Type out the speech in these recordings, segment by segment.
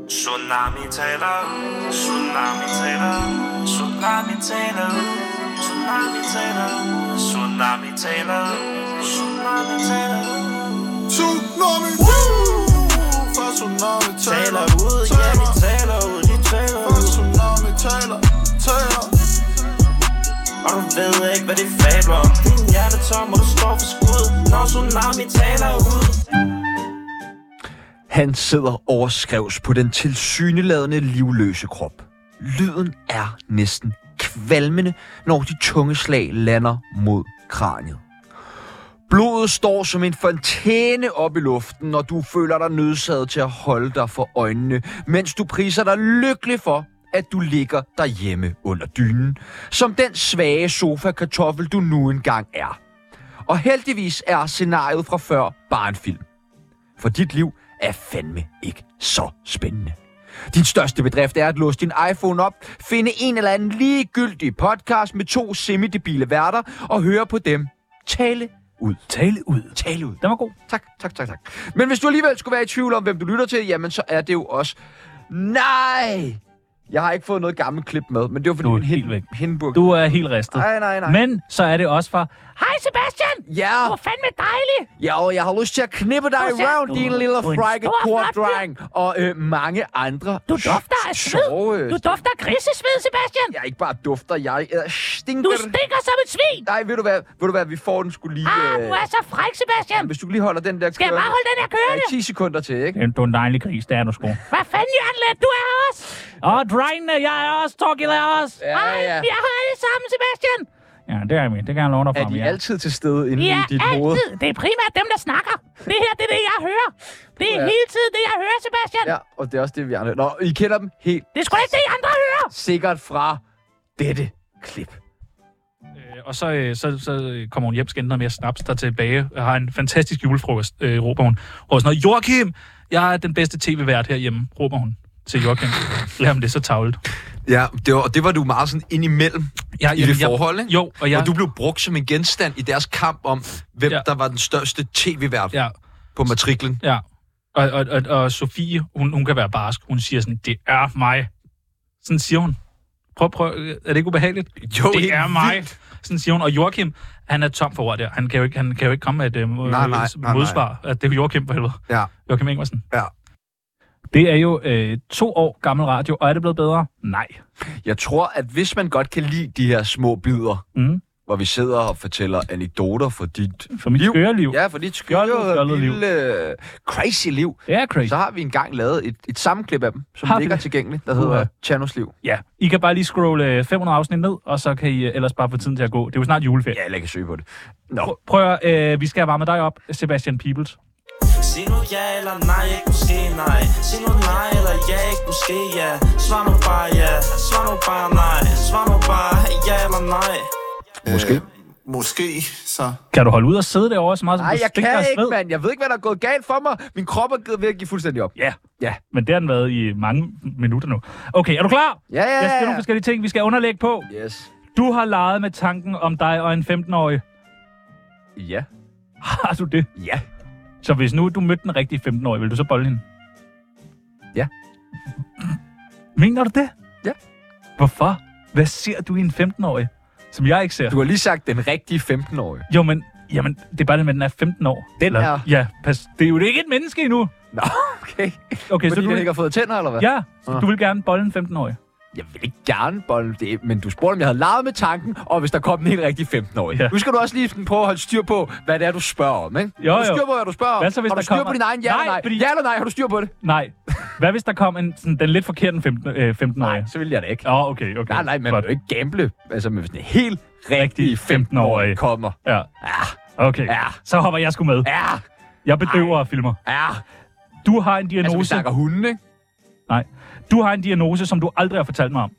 Tsunami taler, tsunami taler, tsunami taler, tsunami taler, tsunami taler, tsunami taler. Tsunami, for tsunami taler ud, ja de taler ud, de taler for ud. tsunami taler. Og du ved ikke hvad de fabler om. Din hjerte tom og du står for skud, når tsunami taler ud. Han sidder overskrevs på den tilsyneladende livløse krop. Lyden er næsten kvalmende, når de tunge slag lander mod kraniet. Blodet står som en fontæne op i luften, og du føler dig nødsaget til at holde dig for øjnene, mens du priser dig lykkelig for, at du ligger derhjemme under dynen, som den svage sofa-kartoffel, du nu engang er. Og heldigvis er scenariet fra før bare en film. For dit liv er fandme ikke så spændende. Din største bedrift er at låse din iPhone op, finde en eller anden ligegyldig podcast med 2 semidebile værter og høre på dem tale ud. Tale ud. Den var god. Tak. Men hvis du alligevel skulle være i tvivl om, hvem du lytter til, jamen så er det jo også... Nej! Jeg har ikke fået noget gammelt klip med, men det var fordi Du er min helt væk. hindburg... Du er helt ristet. Nej. Men så er det også for... Hej Sebastian! Ja! Du er fandme dejlig! Ja, og jeg har lyst til at knippe dig Prøv at se. around, din lille Du er en frække stor, flot kordreng, og mange andre. Du dufter af sved! Du dufter af grisesved, Sebastian! Jeg ikke bare dufter, jeg stinker. Du stinker som et svin! Nej, ved du hvad, vi får den skulle lige... Du er så fræk, Sebastian! Hvis du lige holder den der Skal jeg bare holde den her kørende? 10 sekunder til, ikke? Du er en dejlig gris, det er du sgu. Hvad fanden, Jørgen, du er her også? Og drengene, jeg er også, Torgild er også. Ja. Vi er her alle sammen, Sebastian! Ja, det er vi. Det kan jeg love dig for. Er de altid til stede inde i dit hoved? Ja, altid. Det er primært dem, der snakker. Det her, det er det, jeg hører. Det er hele tiden det, jeg hører, Sebastian. Ja, og det er også det, vi andre... Nå, I kender dem helt... Det er sgu ikke det, I andre hører. Sikkert fra dette klip. Og så kommer hun hjem, skal ende med at snaps der tilbage. Jeg har en fantastisk julefrokost, råber hun. Og sådan noget, Joachim, jeg er den bedste tv-vært herhjemme, råber hun til Joachim. Lad ham det så tavlet. Ja, det var du meget sådan indimellem i det forhold, ikke? Jo, og du blev brugt som en genstand i deres kamp om, hvem der var den største tv-vært på matriklen. Ja, og Sofie, hun kan være barsk. Hun siger sådan, det er mig. Sådan siger hun. Prøv. Er det ikke ubehageligt? Jo, det er mig. vildt. Sådan siger hun. Og Joachim, han er tom for ord der. Han kan jo ikke komme med et modsvar. Nej. Det er jo Joachim for helvede. Ja. Joachim Ingersen. Ja. Det er jo 2 år gammel radio, og er det blevet bedre? Nej. Jeg tror, at hvis man godt kan lide de her små bidder, hvor vi sidder og fortæller anekdoter for dit mit skøre liv. Ja, for dit skøre lille crazy liv. Det er crazy. Så har vi engang lavet et sammenklip af dem, som ligger tilgængeligt, der hedder Chanos Liv. Ja, I kan bare lige scrolle 500 afsnit ned, og så kan I ellers bare få tiden til at gå. Det er jo snart juleferie. Ja, jeg kan søge på det. Nå. Prøv vi skal varme dig op, Sebastian Peebles. Sig nu ja eller nej, ikke måske nej. Sig nu nej eller ja, ikke måske ja. Svar nu bare ja, svar nu bare nej. Svar nu bare ja eller nej. Måske, så... Kan du holde ud og sidde derovre så meget, som Nej, du jeg stikker kan af ikke, sved? mand. Jeg ved ikke, hvad der er gået galt for mig. Min krop er ved at give fuldstændig op. Ja. Men det har den været i mange minutter nu. Okay, er du klar? Ja. Jeg skal nogle forskellige ting, vi skal underlægge på. Yes. Du har leget med tanken om dig og en 15-årig. Ja. Har du det? Ja. Så hvis nu du mødte en rigtig 15-årig, vil du så bolle hende? Ja. Mener du det? Ja. Hvorfor? Hvad ser du i en 15-årig, som jeg ikke ser? Du har lige sagt den rigtige 15-årige. Jo, men jamen, det er bare det med, at den er 15 år. Den er... Ja, pas. Det er jo ikke et menneske endnu. Nå, okay. Okay, så så du du ikke har fået tænder, eller hvad? Ja, så du vil gerne bolle en 15-årig. Jeg vil ikke gerne bolle det, men du spurgte, om jeg havde leget med tanken, og hvis der kom en helt rigtig 15-årig. Ja. Nu skal du også lige prøve at holde styr på, hvad det er, du spørger om, ikke? Jo. Har du styr på, hvad du spørger om? Hvad så, hvis har du der styr kommer... på din egen ja eller nej? Fordi... Ja eller nej, har du styr på det? Nej. Hvad hvis der kom den lidt forkerte 15-årige? Nej, så vil jeg det ikke. Okay. Nej, man vil jo ikke gamble. Altså, hvis en helt rigtig 15-årig kommer. Ja. Okay. Ja. Så hopper jeg sgu med. Ja. Jeg bedøver og filmer. Ja. Du har en diagnose... Altså, vi snakker hunden, ikke? Nej. Du har en diagnose, som du aldrig har fortalt mig om.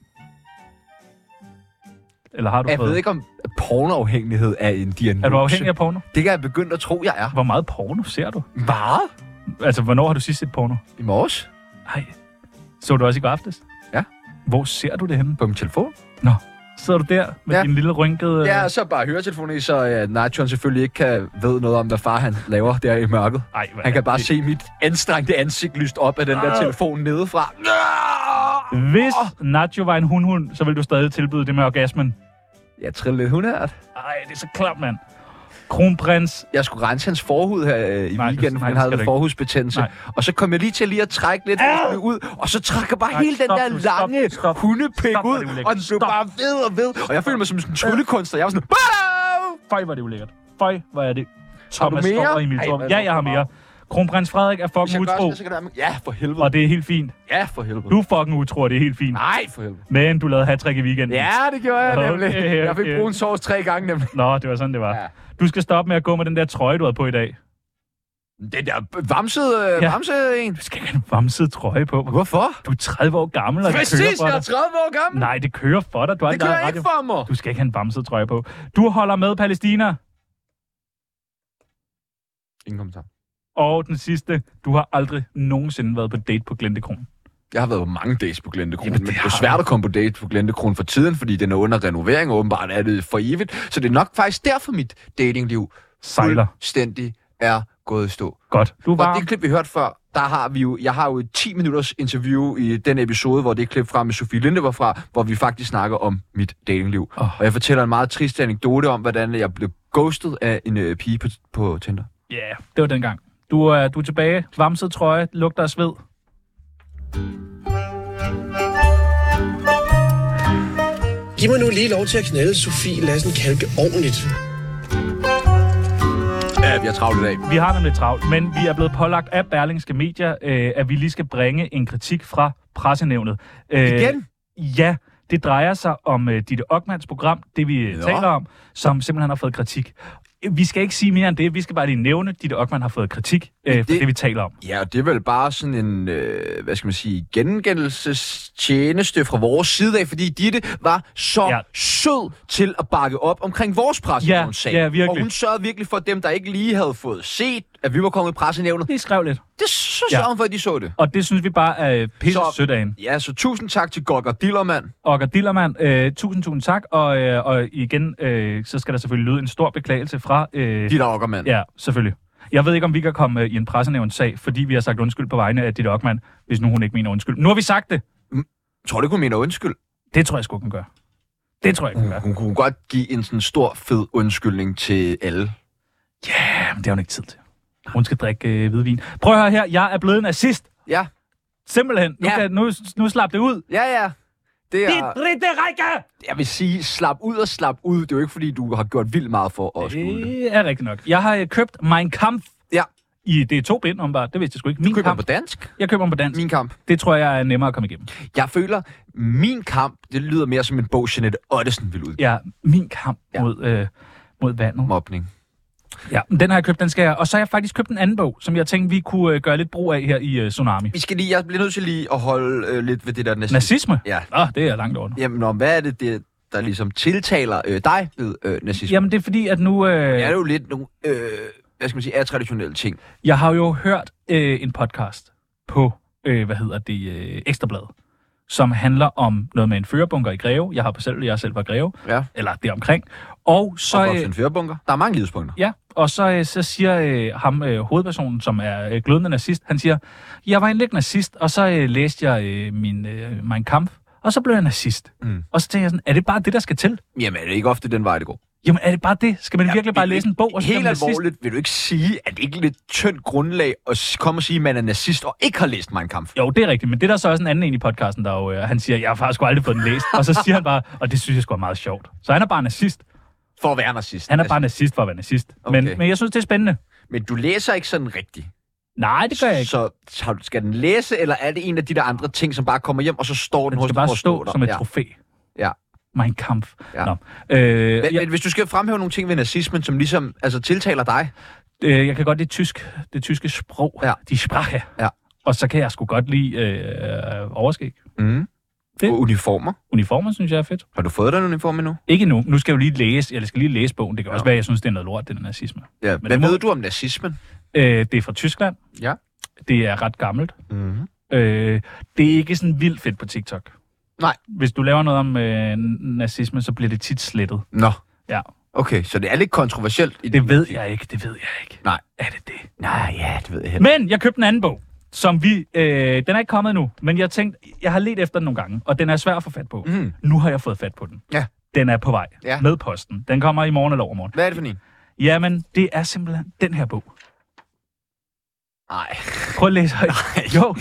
Eller har du Jeg ved ikke, om pornoafhængighed er en diagnose. Er du afhængig af porno? Det kan jeg begynde at tro, jeg er. Hvor meget porno ser du? Hvad? Altså, hvornår har du sidst set porno? I morges. Nej. Så du også i går aftes? Ja. Hvor ser du det henne? På min telefon. Nå. Sidder du der med din lille rynkede... Ja, så bare høretelefonen i, så Nightron selvfølgelig ikke ved noget om, hvad far han laver der i mørket. Han kan bare se mit anstrengte ansigt lyst op af den der telefon nedefra. Hvis Nacho var en hundhund, så ville du stadig tilbyde det med orgasmen. Jeg trillede lidt hundehært. Ej, det er så klamt, mand. Kronprins. Jeg skulle rense hans forhud her i weekenden, for han havde forhudsbetændelse. Og så kom jeg lige at trække lidt ud, og så trækker bare hele den der lange hundepik ud, og den blev bare ved. Og jeg følte mig som sådan en tryllekunstner. Jeg var sådan... Føj, hvor er det ulækkert. Føj, hvor er det. Thomas Stopper i mit rum. Ja, jeg har mere. Kronprins Frederik er fucking utro. Ja, for helvede. Og det er helt fint. Ja, for helvede. Du er fucking utro, og det er helt fint. Nej, for helvede. Men du lavede hat-trick i weekenden. Ja, det gjorde jeg nemlig. Okay. Jeg fik brun sovs 3 gange nemlig. Nå, det var sådan, det var. Ja. Du skal stoppe med at gå med den der trøje, du havde på i dag. Den der vamsede en. Du skal ikke have en vamset trøje på. Hvorfor? Du er 30 år gammel, og Præcis, det kører for dig. jeg er 30 år gammel. Nej, det kører for dig. Du har det kører ikke for mig. Du skal ikke have en vamset trøje på. Du holder med Palæstina. Ingen kommentar. Og den sidste, du har aldrig nogensinde været på date på Glendekron. Jeg har været på mange dates på Glendekron, men det er svært at komme på date på Glendekron for tiden, fordi den er under renovering, og åbenbart er det for evigt. Så det er nok faktisk derfor, mit datingliv fuldstændig er gået i stå. Godt. Og det klip, vi hørte før, der har vi jo, jeg har jo et 10 minutters interview i den episode, hvor det klip fra med Sofie Linde var fra, hvor vi faktisk snakker om mit datingliv. Og jeg fortæller en meget trist anekdote om, hvordan jeg blev ghostet af en pige på Tinder. Ja, det var dengang. Du er tilbage. Vamset trøje, lugter af sved. Giv mig nu lige lov til at knalde Sofie Lassen Kalke ordentligt. Ja, vi har travlt i dag. Vi har nemlig travlt, men vi er blevet pålagt af Berlingske Medier, at vi lige skal bringe en kritik fra pressenævnet. Igen? Ja, det drejer sig om Ditte Okmans program, det vi taler om, som simpelthen har fået kritik. Vi skal ikke sige mere end det. Vi skal bare lige nævne, at Ditte Okman har fået kritik for det, vi taler om. Ja, og det er vel bare sådan en, hvad skal man sige, gengældelsestjeneste fra vores side af, fordi Ditte var så sød til at bakke op omkring vores pressenævnssag. Ja, virkelig. Og hun sørgede virkelig for dem, der ikke lige havde fået set, at vi var kommet i pressenævnet. Det skrev lidt. Det sørgede hun for, at de så det. Og det synes vi bare er pisse sødt af hende. Ja, så tusind tak til Gogger Dillermand. Tusind tak. Og igen, så skal der selvfølgelig lyde en stor beklagelse fra... Ditte Okman. Ja, selvfølgelig. Jeg ved ikke, om vi kan komme i en pressenævnssag, fordi vi har sagt undskyld på vegne af Ditte Okman, hvis nu hun ikke mener undskyld. Nu har vi sagt det. Tror du ikke, hun mener undskyld? Det tror jeg sgu, hun gør. Det tror jeg ikke, hun gør. Hun kunne godt give en sådan stor, fed undskyldning til alle. Ja, men det har hun ikke tid til. Hun skal drikke hvidvin. Prøv at høre her. Jeg er blevet en nazist. Ja. Simpelthen. Nu slap det ud. Ja. Det er... Række! Jeg vil sige, slap ud. Det er jo ikke, fordi du har gjort vildt meget for os. Det er rigtigt nok. Jeg har købt Mein Kampf. Ja. Det er 2 bind, omvendt. Det vidste jeg sgu ikke. Du køber på dansk? Jeg køber på dansk. Min Kamp. Det tror jeg er nemmere at komme igennem. Jeg føler, Min Kamp, det lyder mere som en bog, Jeanette Ottesen vil ud. Ja, Min Kamp mod vandet. Mobning. Ja, den har jeg købt, den skal jeg. Og så har jeg faktisk købt en anden bog, som jeg tænkte, vi kunne gøre lidt brug af her i Tsunami. Jeg bliver nødt til lige at holde lidt ved det der nazisme? Ja. Det er langt under. Jamen, hvad er det, der ligesom tiltaler dig ved nazisme? Jamen, det er fordi, at nu... Det er jo lidt nogle, hvad skal man sige, traditionelle ting. Jeg har jo hørt en podcast på, Ekstrabladet, som handler om noget med en førerbunker i Greve. Jeg er selv fra Greve. Ja. Eller det omkring. Og så... en førerbunker. Der er mange livspunkter. Ja, og så siger hovedpersonen, som er glødende nazist, han siger, jeg var egentlig ikke nazist, og så læste jeg Mein Kampf, og så blev jeg nazist. Og så tænker jeg sådan, er det bare det, der skal til? Jamen, er det ikke ofte den vej, det går? Jamen, er det bare det? Skal man virkelig bare læse en bog? Og så helt alvorligt, vil du ikke sige, at det ikke er lidt tyndt grundlag at komme og sige, at man er nazist og ikke har læst Mein Kampf? Jo, det er rigtigt, men det er der så også en anden en i podcasten, der jo, han siger, jeg har faktisk aldrig fået den læst. Og så siger han bare, og det synes jeg sgu er meget sjovt. Så han er bare nazist. For at være nazist? Han er bare nazist for at være nazist. Okay. Men jeg synes, det er spændende. Men du læser ikke sådan rigtigt? Nej, det gør jeg ikke. Så skal den læse, eller er det en af de der andre ting, som bare kommer hjem, og så står den hos dig? Den skal bare stå som et trofæ. Ja. Mein Kampf. Ja. Men hvis du skal fremhæve nogle ting ved nazismen, som ligesom tiltaler dig? Jeg kan godt lide det tyske sprog. Ja. De Sprache. Ja. Og så kan jeg sgu godt lide overskæg. Og uniformer? Uniformer synes jeg er fedt. Har du fået dig en uniform endnu? Ikke endnu. Nu skal jeg jo lige læse. Jeg skal lige læse bogen. Det kan også være, jeg synes, det er noget lort, det der nazisme. Ja. Hvad ved du om nazismen? Det er fra Tyskland. Ja. Det er ret gammelt. Det er ikke sådan vildt fedt på TikTok. Nej. Hvis du laver noget om nazisme, så bliver det tit slettet. Nå. Ja. Okay, så det er lidt kontroversielt. Det ved jeg ikke. Nej. Er det det? Nej, ja, det ved jeg heller. Men jeg købte en anden bog, som den er ikke kommet nu, men jeg tænkte, jeg har let efter den nogle gange, og den er svær at få fat på. Mm. Nu har jeg fået fat på den. Ja. Den er på vej med posten. Den kommer i morgen eller overmorgen. Hvad er det for en? Jamen, det er simpelthen den her bog. Nej. Prøv at læse højt. Jo.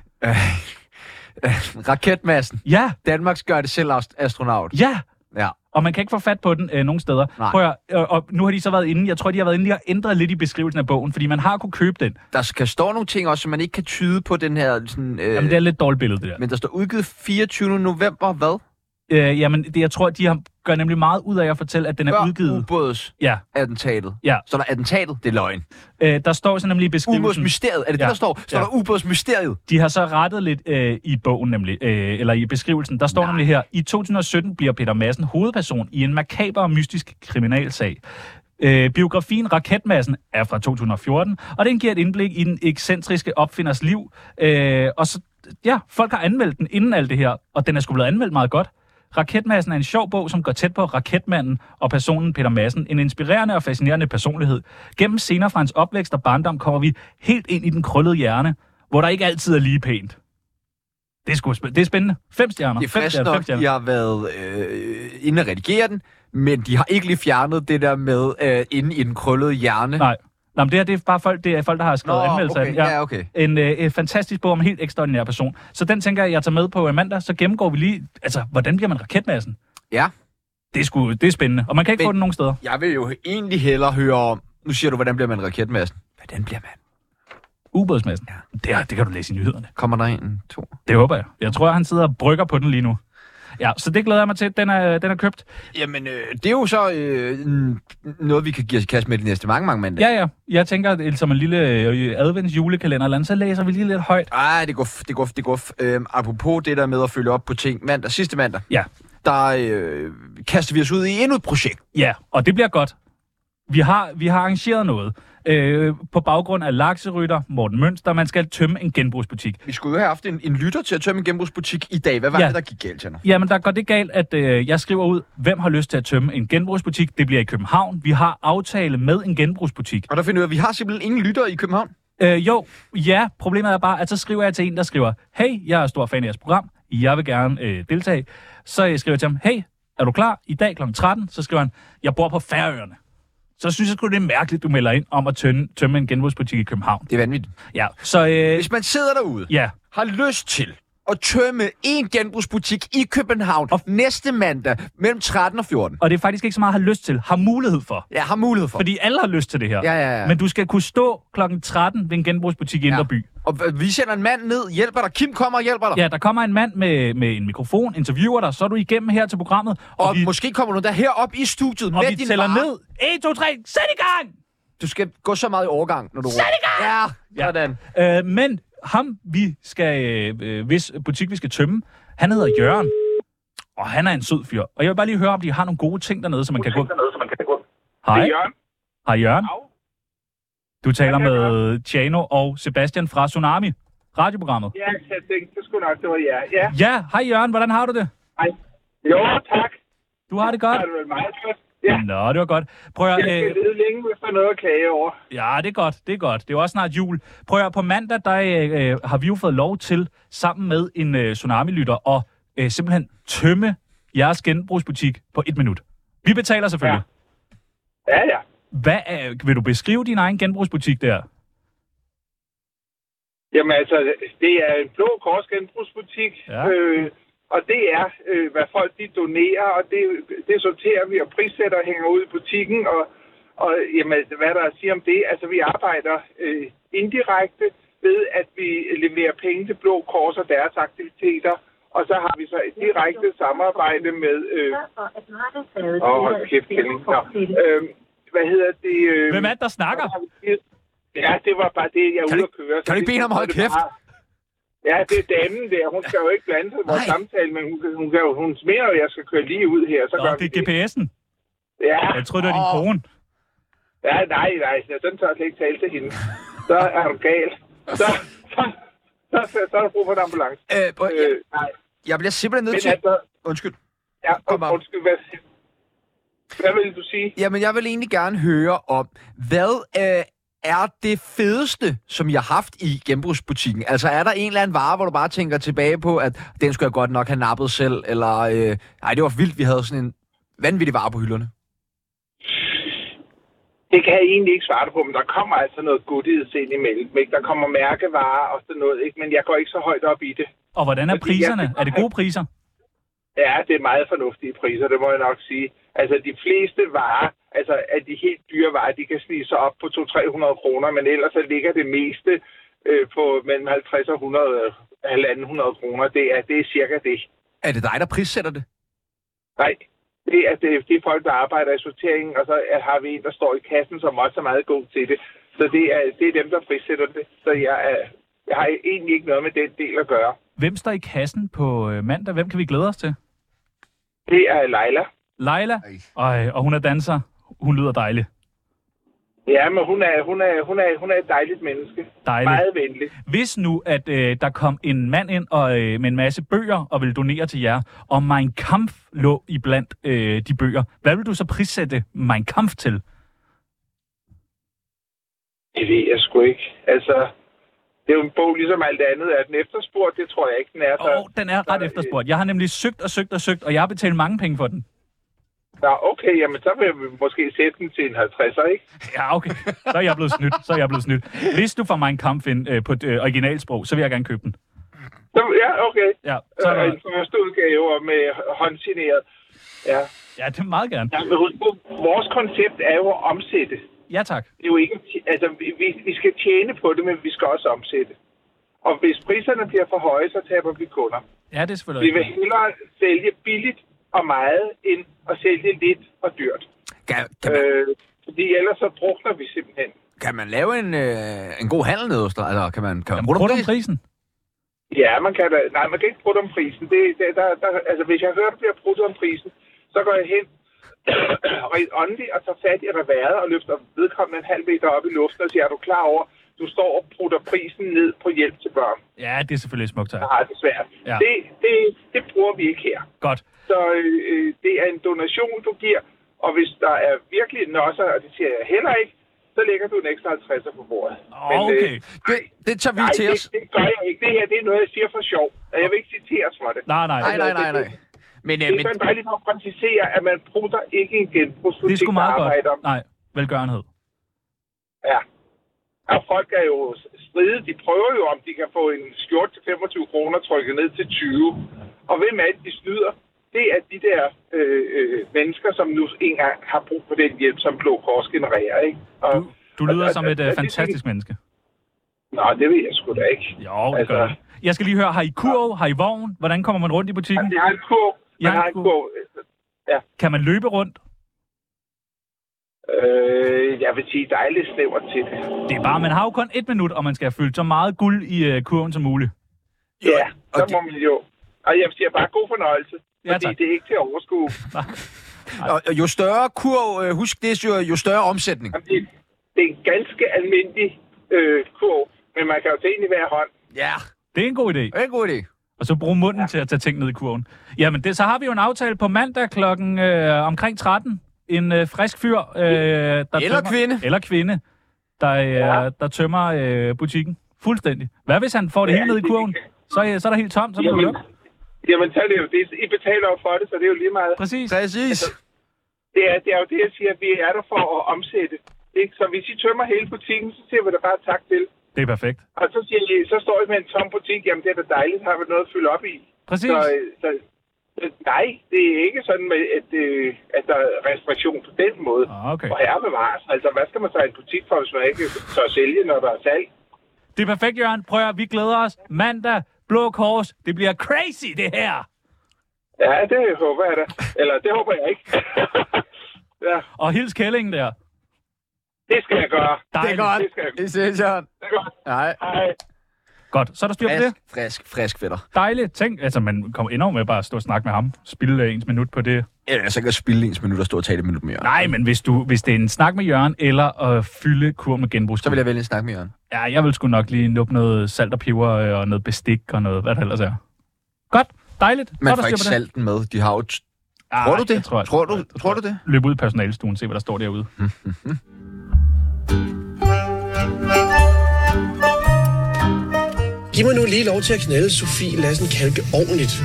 Raketmassen. Ja. Danmarks gør det selv astronaut. Ja. Ja. Og man kan ikke få fat på den nogen steder. Nej. Prøv at, og nu har de så været inde. Jeg tror, de har været inde og ændret lidt i beskrivelsen af bogen, fordi man har kunne købe den. Der skal stå nogle ting også, som man ikke kan tyde på den her... Sådan, Jamen, det er lidt dårligt billede, det der. Men der står udgivet 24. november, hvad? Jamen, jeg tror, de gør nemlig meget ud af at fortælle, at den er udgivet. Ubådsattentatet. Ja. Så der attentatet, det er løgn. Der står så nemlig i beskrivelsen... Ubådsmysteriet, er det det, der står? Står der ubådsmysteriet? De har så rettet lidt i bogen nemlig, eller i beskrivelsen. Der står nemlig her, i 2017 bliver Peter Madsen hovedperson i en makaber og mystisk kriminalsag. Biografien Raketmassen er fra 2014, og den giver et indblik i den ekscentriske opfinders liv. Og så, folk har anmeldt den inden alt det her, og den er sgu blevet anmeldt meget godt. Raketmassen er en sjov bog, som går tæt på raketmanden og personen Peter Madsen. En inspirerende og fascinerende personlighed. Gennem scener fra hans opvækst og barndom kommer vi helt ind i den krøllede hjerne, hvor der ikke altid er lige pænt. Det er spændende. 5 stjerner. Det er frisk nok, de har været inde at redigere den, men de har ikke lige fjernet det der med inde i den krøllede hjerne. Nej. Nå, men det er bare folk, der har skrevet anmeldelser af den. Ja, okay. En fantastisk bog om en helt ekstraordinær person. Så den tænker jeg tager med på mandag, så gennemgår vi lige, altså, hvordan bliver man raketmassen? Ja. Det er spændende, og man kan ikke få den nogen steder. Jeg vil jo egentlig hellere høre om, nu siger du, hvordan bliver man raketmassen? Hvordan bliver man? Ubådsmassen? Ja. Det kan du læse i nyhederne. Kommer der en 2? Det håber jeg. Jeg tror, han sidder og brygger på den lige nu. Ja, så det glæder jeg mig til. Den er købt. Jamen, det er jo så noget, vi kan give os i kast med de næste mange mandag. Ja. Jeg tænker, at som en lille advents julekalender eller andet, så læser vi lige lidt højt. Ej, det går. Apropos det der med at følge op på ting. Sidste mandag, der kaster vi os ud i endnu et projekt. Ja, og det bliver godt. Vi har arrangeret noget. På baggrund af lakserytter, Morten Mønster, man skal tømme en genbrugsbutik. Vi skulle jo have haft en lytter til at tømme en genbrugsbutik i dag. Hvad var det, der gik galt, Tjerno? Jamen, der går det galt, at jeg skriver ud, hvem har lyst til at tømme en genbrugsbutik. Det bliver i København. Vi har aftale med en genbrugsbutik. Og der finder vi, at vi har simpelthen ingen lytter i København. Problemet er bare, at så skriver jeg til en, der skriver, hey, jeg er stor fan af jeres program. Jeg vil gerne deltage. Så jeg skriver til ham, hey, er du klar? I dag kl. 13. Så skriver han, jeg bor på Færøerne. Så synes jeg sgu, det er mærkeligt, du melder ind om at tømme en genbrugsbutik i København. Det er vanvittigt. Ja, så... Hvis man sidder derude, har lyst til at tømme en genbrugsbutik i København næste mandag mellem 13 og 14. Og det er faktisk ikke så meget at have lyst til, har mulighed for. Ja, har mulighed for. Fordi alle har lyst til det her. Ja. Men du skal kunne stå kl. 13 ved en genbrugsbutik i Indre By. Og vi sender en mand ned, hjælper dig. Kim kommer og hjælper dig. Ja, der kommer en mand med en mikrofon, interviewer dig, så er du igennem her til programmet. Og måske kommer du der herop i studiet og med vi din tæller ned. 1, 2, 3, sæt i gang! Du skal gå så meget i overgang, når du... Sæt i gang! Ja, sådan. Men ham, hvis butik vi skal tømme, han hedder Jørgen. Og han er en sød fyr. Og jeg vil bare lige høre, om de har nogle gode ting dernede, så man kan gå. Hej. Hej Jørgen. Du taler med Tjano og Sebastian fra Tsunami, radioprogrammet. Ja, jeg tænkte, det skulle nok, det var jer. Ja, hej Jørgen, hvordan har du det? Hej. Jo, tak. Du har det godt? Det er vel meget godt. Ja. Nå, det var godt. Prøv at... Jeg skal lede længe, hvis der er noget at klage over. Ja, det er godt. Det er også snart jul. Prøv at på mandag, der har vi jo fået lov til, sammen med en Tsunami-lytter, at simpelthen tømme jeres genbrugsbutik på 1 minut. Vi betaler selvfølgelig. Ja. Vil du beskrive din egen genbrugsbutik der? Jamen altså, det er en Blå Kors genbrugsbutik. Ja. Og det er, hvad folk de donerer, og det sorterer vi og prissætter og hænger ud i butikken. Og jamen, hvad der er at sige om det? Altså, vi arbejder indirekte ved, at vi leverer penge til Blå Kors og deres aktiviteter. Og så har vi så et direkte samarbejde med... hold kæft, Kælling. Hvad hedder det? Hvem er det, der snakker? Ja, det var bare det, jeg er ude at køre. Kan du ikke bede ham holde kæft? Ja, det er damen der. Hun skal jo ikke blande sig i vores samtale, men hun smerer jo, at jeg skal køre lige ud her. Så det er GPS'en? Ja. Jeg tror det er din kone. Ja, nej. Sådan tør jeg ikke tale til hende. Så er du gal. Så er der brug for en ambulance. Nej. Jeg bliver simpelthen nødt Men til... altså, Undskyld. ja, Kom op. undskyld, hvad vil du sige? Jamen, jeg vil egentlig gerne høre om, hvad er det fedeste, som I har haft i genbrugsbutikken? Altså, er der en eller anden vare, hvor du bare tænker tilbage på, at den skulle jeg godt nok have nappet selv, eller... nej, det var vildt, vi havde sådan en vanvittig vare på hylderne. Det kan jeg egentlig ikke svare på, men der kommer altså noget goodies ind imellem. Ikke? Der kommer mærkevarer og sådan noget, ikke? Men jeg går ikke så højt op i det. Og hvordan er priserne? Er det gode priser? Ja, det er meget fornuftige priser, det må jeg nok sige. Altså, de fleste varer, altså af de helt dyre varer, de kan snige sig op på 200-300 kroner, men ellers så ligger det meste på mellem 50 og 100 kroner. Det er cirka det. Er det dig, der prissætter det? Nej, det er folk, der arbejder i sorteringen, og så har vi en, der står i kassen, som også er meget god til det. Så det er dem, der prissætter det. Så jeg har egentlig ikke noget med den del at gøre. Hvem står i kassen på mandag? Hvem kan vi glæde os til? Det er Leila. Leila? Og hun er danser. Hun lyder dejlig. Ja, men hun er et dejligt menneske. Dejligt. Meget venlig. Hvis nu, at der kom en mand ind og med en masse bøger og ville donere til jer, og Mein Kampf lå iblandt de bøger, hvad vil du så prissætte Mein Kampf til? Det ved jeg sgu ikke. Altså, det er jo en bog ligesom alt andet. Er den efterspurgt? Det tror jeg ikke, den er. Den er ret efterspurgt. Jeg har nemlig søgt, og jeg har betalt mange penge for den. Nå, okay, jamen så vil vi måske sætte den til en 50'er, ikke? Ja, okay. Så er jeg blevet snydt. Hvis du får Mein Kampf ind på et originalsprog, så vil jeg gerne købe den. Ja, okay. Ja, så er der... En første udgave med håndsigneret. Ja. Ja, det er meget gerne. Ja, men husk på, vores koncept er jo at omsætte. Ja, tak. Det er jo ikke... Altså, vi skal tjene på det, men vi skal også omsætte. Og hvis priserne bliver for høje, så taber vi kunder. Ja, det er selvfølgelig. Vi vil hellere sælge billigt og meget, end at sælge lidt og dyrt. Fordi ellers så drukner vi simpelthen. Kan man lave en god handel ned hos dig? Altså, kan man bruge om prisen? Ja, man kan da... Nej, man kan ikke bruge om prisen. Altså, hvis jeg hører, der bliver brugt om prisen, så går jeg hen rent åndeligt og tager fat i reværet og løfter vedkommende en halv meter op i luften og siger, er du klar over, du står og prutter prisen ned på hjælp til børn? Ja, det er selvfølgelig smukt. Ja, det er svært. Ja. Det bruger vi ikke her. Godt. Så det er en donation, du giver, og hvis der er virkelig nosser, og det siger jeg heller ikke, så lægger du en ekstra 50'er på bordet. Okay. Det tager vi til os. Det gør jeg ikke. Det her, det er noget, jeg siger for sjov. Og jeg vil ikke citeres for det. Nej. Men det er bare lige for at præcisere, at man prutter ikke en genbrugsbutik. Det er sgu meget godt. Nej, velgørenhed. Ja. Og folk er jo stride. De prøver jo, om de kan få en skjort til 25 kroner trykket ned til 20. Og hvem er det, de snyder? Det er de der mennesker, som nu engang har brug for den hjælp, som Blå Kors genererer, ikke? Og, du lyder som et fantastisk menneske. Nå, det ved jeg sgu da ikke. Jo, det gør det. Jeg skal lige høre, har I kurv? Har I vogn? Hvordan kommer man rundt i butikken? Jeg har en kurv. Jeg har en kurv. Ja. Kan man løbe rundt? Jeg vil sige, der er lidt snævert til det. Det er bare, man har jo kun 1 minut, og man skal have fyldt så meget guld i kurven som muligt. Ja, så må man jo. Og jeg siger bare god fornøjelse, fordi det er ikke til at overskue. Og jo større kurv, husk det, jo større omsætning. Jamen, det er en ganske almindelig kurv, men man kan jo tage ind i hver hånd. Ja. Det er en god idé. Det er en god idé. Og så bruge munden til at tage ting ned i kurven. Jamen, så har vi jo en aftale på mandag klokken omkring 13. En frisk fyr, eller kvinde, der tømmer butikken. Fuldstændig. Hvad hvis han får det hele ned i kurven? Så er der helt tomt, så må du lukke. Jamen, så er det jo det. I betaler jo for det, så det er jo lige meget. Præcis. Altså, det er jo det, jeg siger, at vi er der for at omsætte. Ikke? Så hvis I tømmer hele butikken, så siger vi da bare tak til. Det er perfekt. Og så siger I, så står I med en tom butik, jamen det er da dejligt, har vi noget at fylde op i. Præcis. Så nej, det er ikke sådan, at der er restriktion på den måde. Okay. Og her bevares. Altså, hvad skal man så i en butik for, hvis man ikke tør sælge, når der er salg? Det er perfekt, Jørgen. Prøv at vi glæder os. Mandag, Blå Kors. Det bliver crazy, det her. Ja, det håber jeg da. Eller, det håber jeg ikke. Ja. Og hils kællingen der. Det skal jeg gøre. Dejligt. Det er godt. Det skal jeg gøre. Det ses, Jørgen. Det er godt. Hej. Godt, så er der styr på det. Frisk fætter. Dejligt. Tænk, altså man kommer enormt med bare at stå og snakke med ham. Spille ens minut på det. Ja, så kan jeg spille ens minut og stå og tale et minut mere. Nej, men hvis det er en snak med Jørgen, eller at fylde kurven med genbrugskurv. Så vil jeg vælge en snak med Jørgen. Ja, jeg vil sgu nok lige nuppe noget salt og peber og noget bestik og noget, hvad der ellers er. Godt. Dejligt. Man får ikke salten med. De har jo... Tror du det? Tror du det? Løb ud i personalestuen, se hvad der står derude. Giv mig nu lige lov til at knalde Sofie Lassen Kalke ordentligt.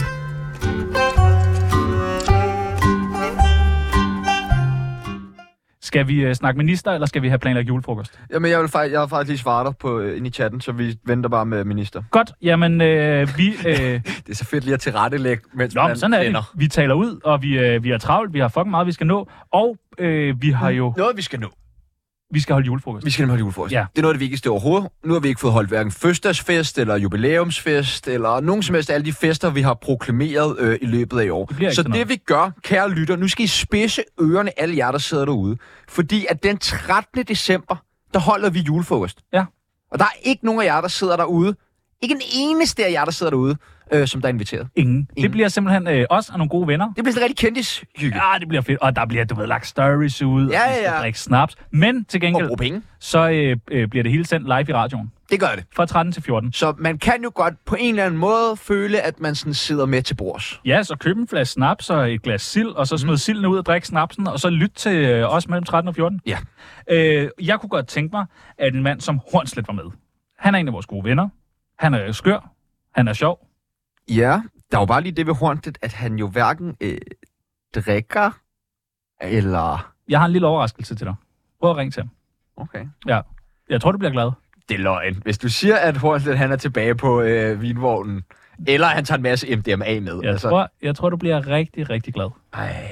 Skal vi snakke minister, eller skal vi have planlagt julefrokost? Jamen, jeg har faktisk lige svaret dig på ind i chatten, så vi venter bare med minister. Godt, jamen vi... Det er så fedt lige at tilrettelægge, mens man sådan er det. Vi taler ud, og vi er travlt, vi har fucking meget, vi skal nå, og vi har jo... Noget, vi skal nå. Vi skal holde julefrokost. Vi skal nemlig holde julefrokost. Ja. Det er noget af det vigtigste overhovedet. Nu har vi ikke fået holdt hverken fødselsdagsfest eller jubilæumsfest, eller nogen som helst af alle de fester, vi har proklameret i løbet af år. Så det vi gør, kære lytter, nu skal I spidse ørerne, alle jer, der sidder derude. Fordi at den 13. december, der holder vi julefrokost. Ja. Og der er ikke nogen af jer, der sidder derude. Ikke en eneste af jer, der sidder derude, som der er inviteret. Ingen. Det bliver simpelthen os og nogle gode venner. Det bliver sådan rigtig kendishygge. Ja, det bliver fedt. Og der bliver, du ved, lagt stories ud, og vi skal drikke snaps. Men til gengæld, så bliver det hele sendt live i radioen. Det gør det. Fra 13 til 14. Så man kan jo godt på en eller anden måde føle, at man sådan sidder med til bords. Ja, så køb en flaske snaps og et glas sild, og så smid silden ud og drikke snapsen, og så lyt til os mellem 13 og 14. Ja. Jeg kunne godt tænke mig, at en mand som Hornslet var med. Han er en af vores gode venner. Han er skør. Han er sjov. Ja, der er jo bare lige det ved Hornslet, at han jo hverken drikker, eller... Jeg har en lille overraskelse til dig. Prøv at ringe til ham. Okay. Ja, jeg tror, du bliver glad. Det er løgn. Hvis du siger, at Hornslet han er tilbage på vinvognen, eller han tager en masse MDMA med. Jeg tror, du bliver rigtig, rigtig glad. Ej...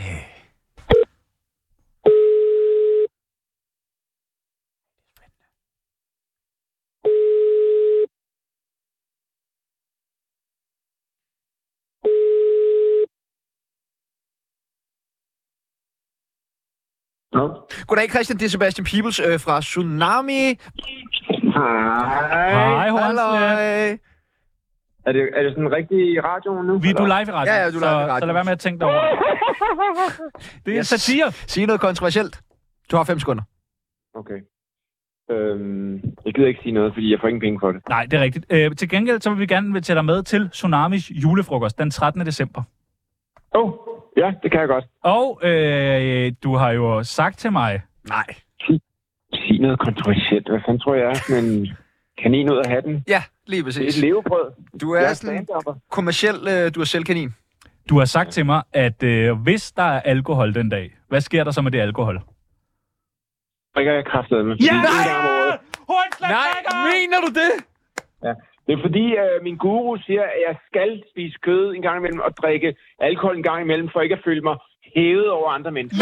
Goddag Christian, det er Sebastian Peebles fra Tsunami. Hej Hornslet. Er det sådan rigtig radio nu? Du er live i radioen, ja, du er live i radioen. Så lad være med at tænke dig over. Det er satire. Sig noget kontroversielt. Du har 5 sekunder. Okay. Jeg gider ikke sige noget, fordi jeg får ingen penge for det. Nej, det er rigtigt. Til gengæld så vil vi gerne tage dig med til Tsunamis julefrokost den 13. december. Ja, det kan jeg godt. Og du har jo sagt til mig... Nej. Sig noget kontroversielt. Hvad fanden tror jeg er? Sådan en kanin ud af hatten? Ja, lige præcis. Et levebrød. Du er sådan kommerciel, du er selvkanin. Du har sagt til mig, at hvis der er alkohol den dag, hvad sker der så med det alkohol? Drikker jeg kraftedeme. Ja! Nej, mener du det? Ja. Det er fordi, min guru siger, at jeg skal spise kød en gang imellem og drikke alkohol en gang imellem, for ikke at føle mig hævet over andre mennesker.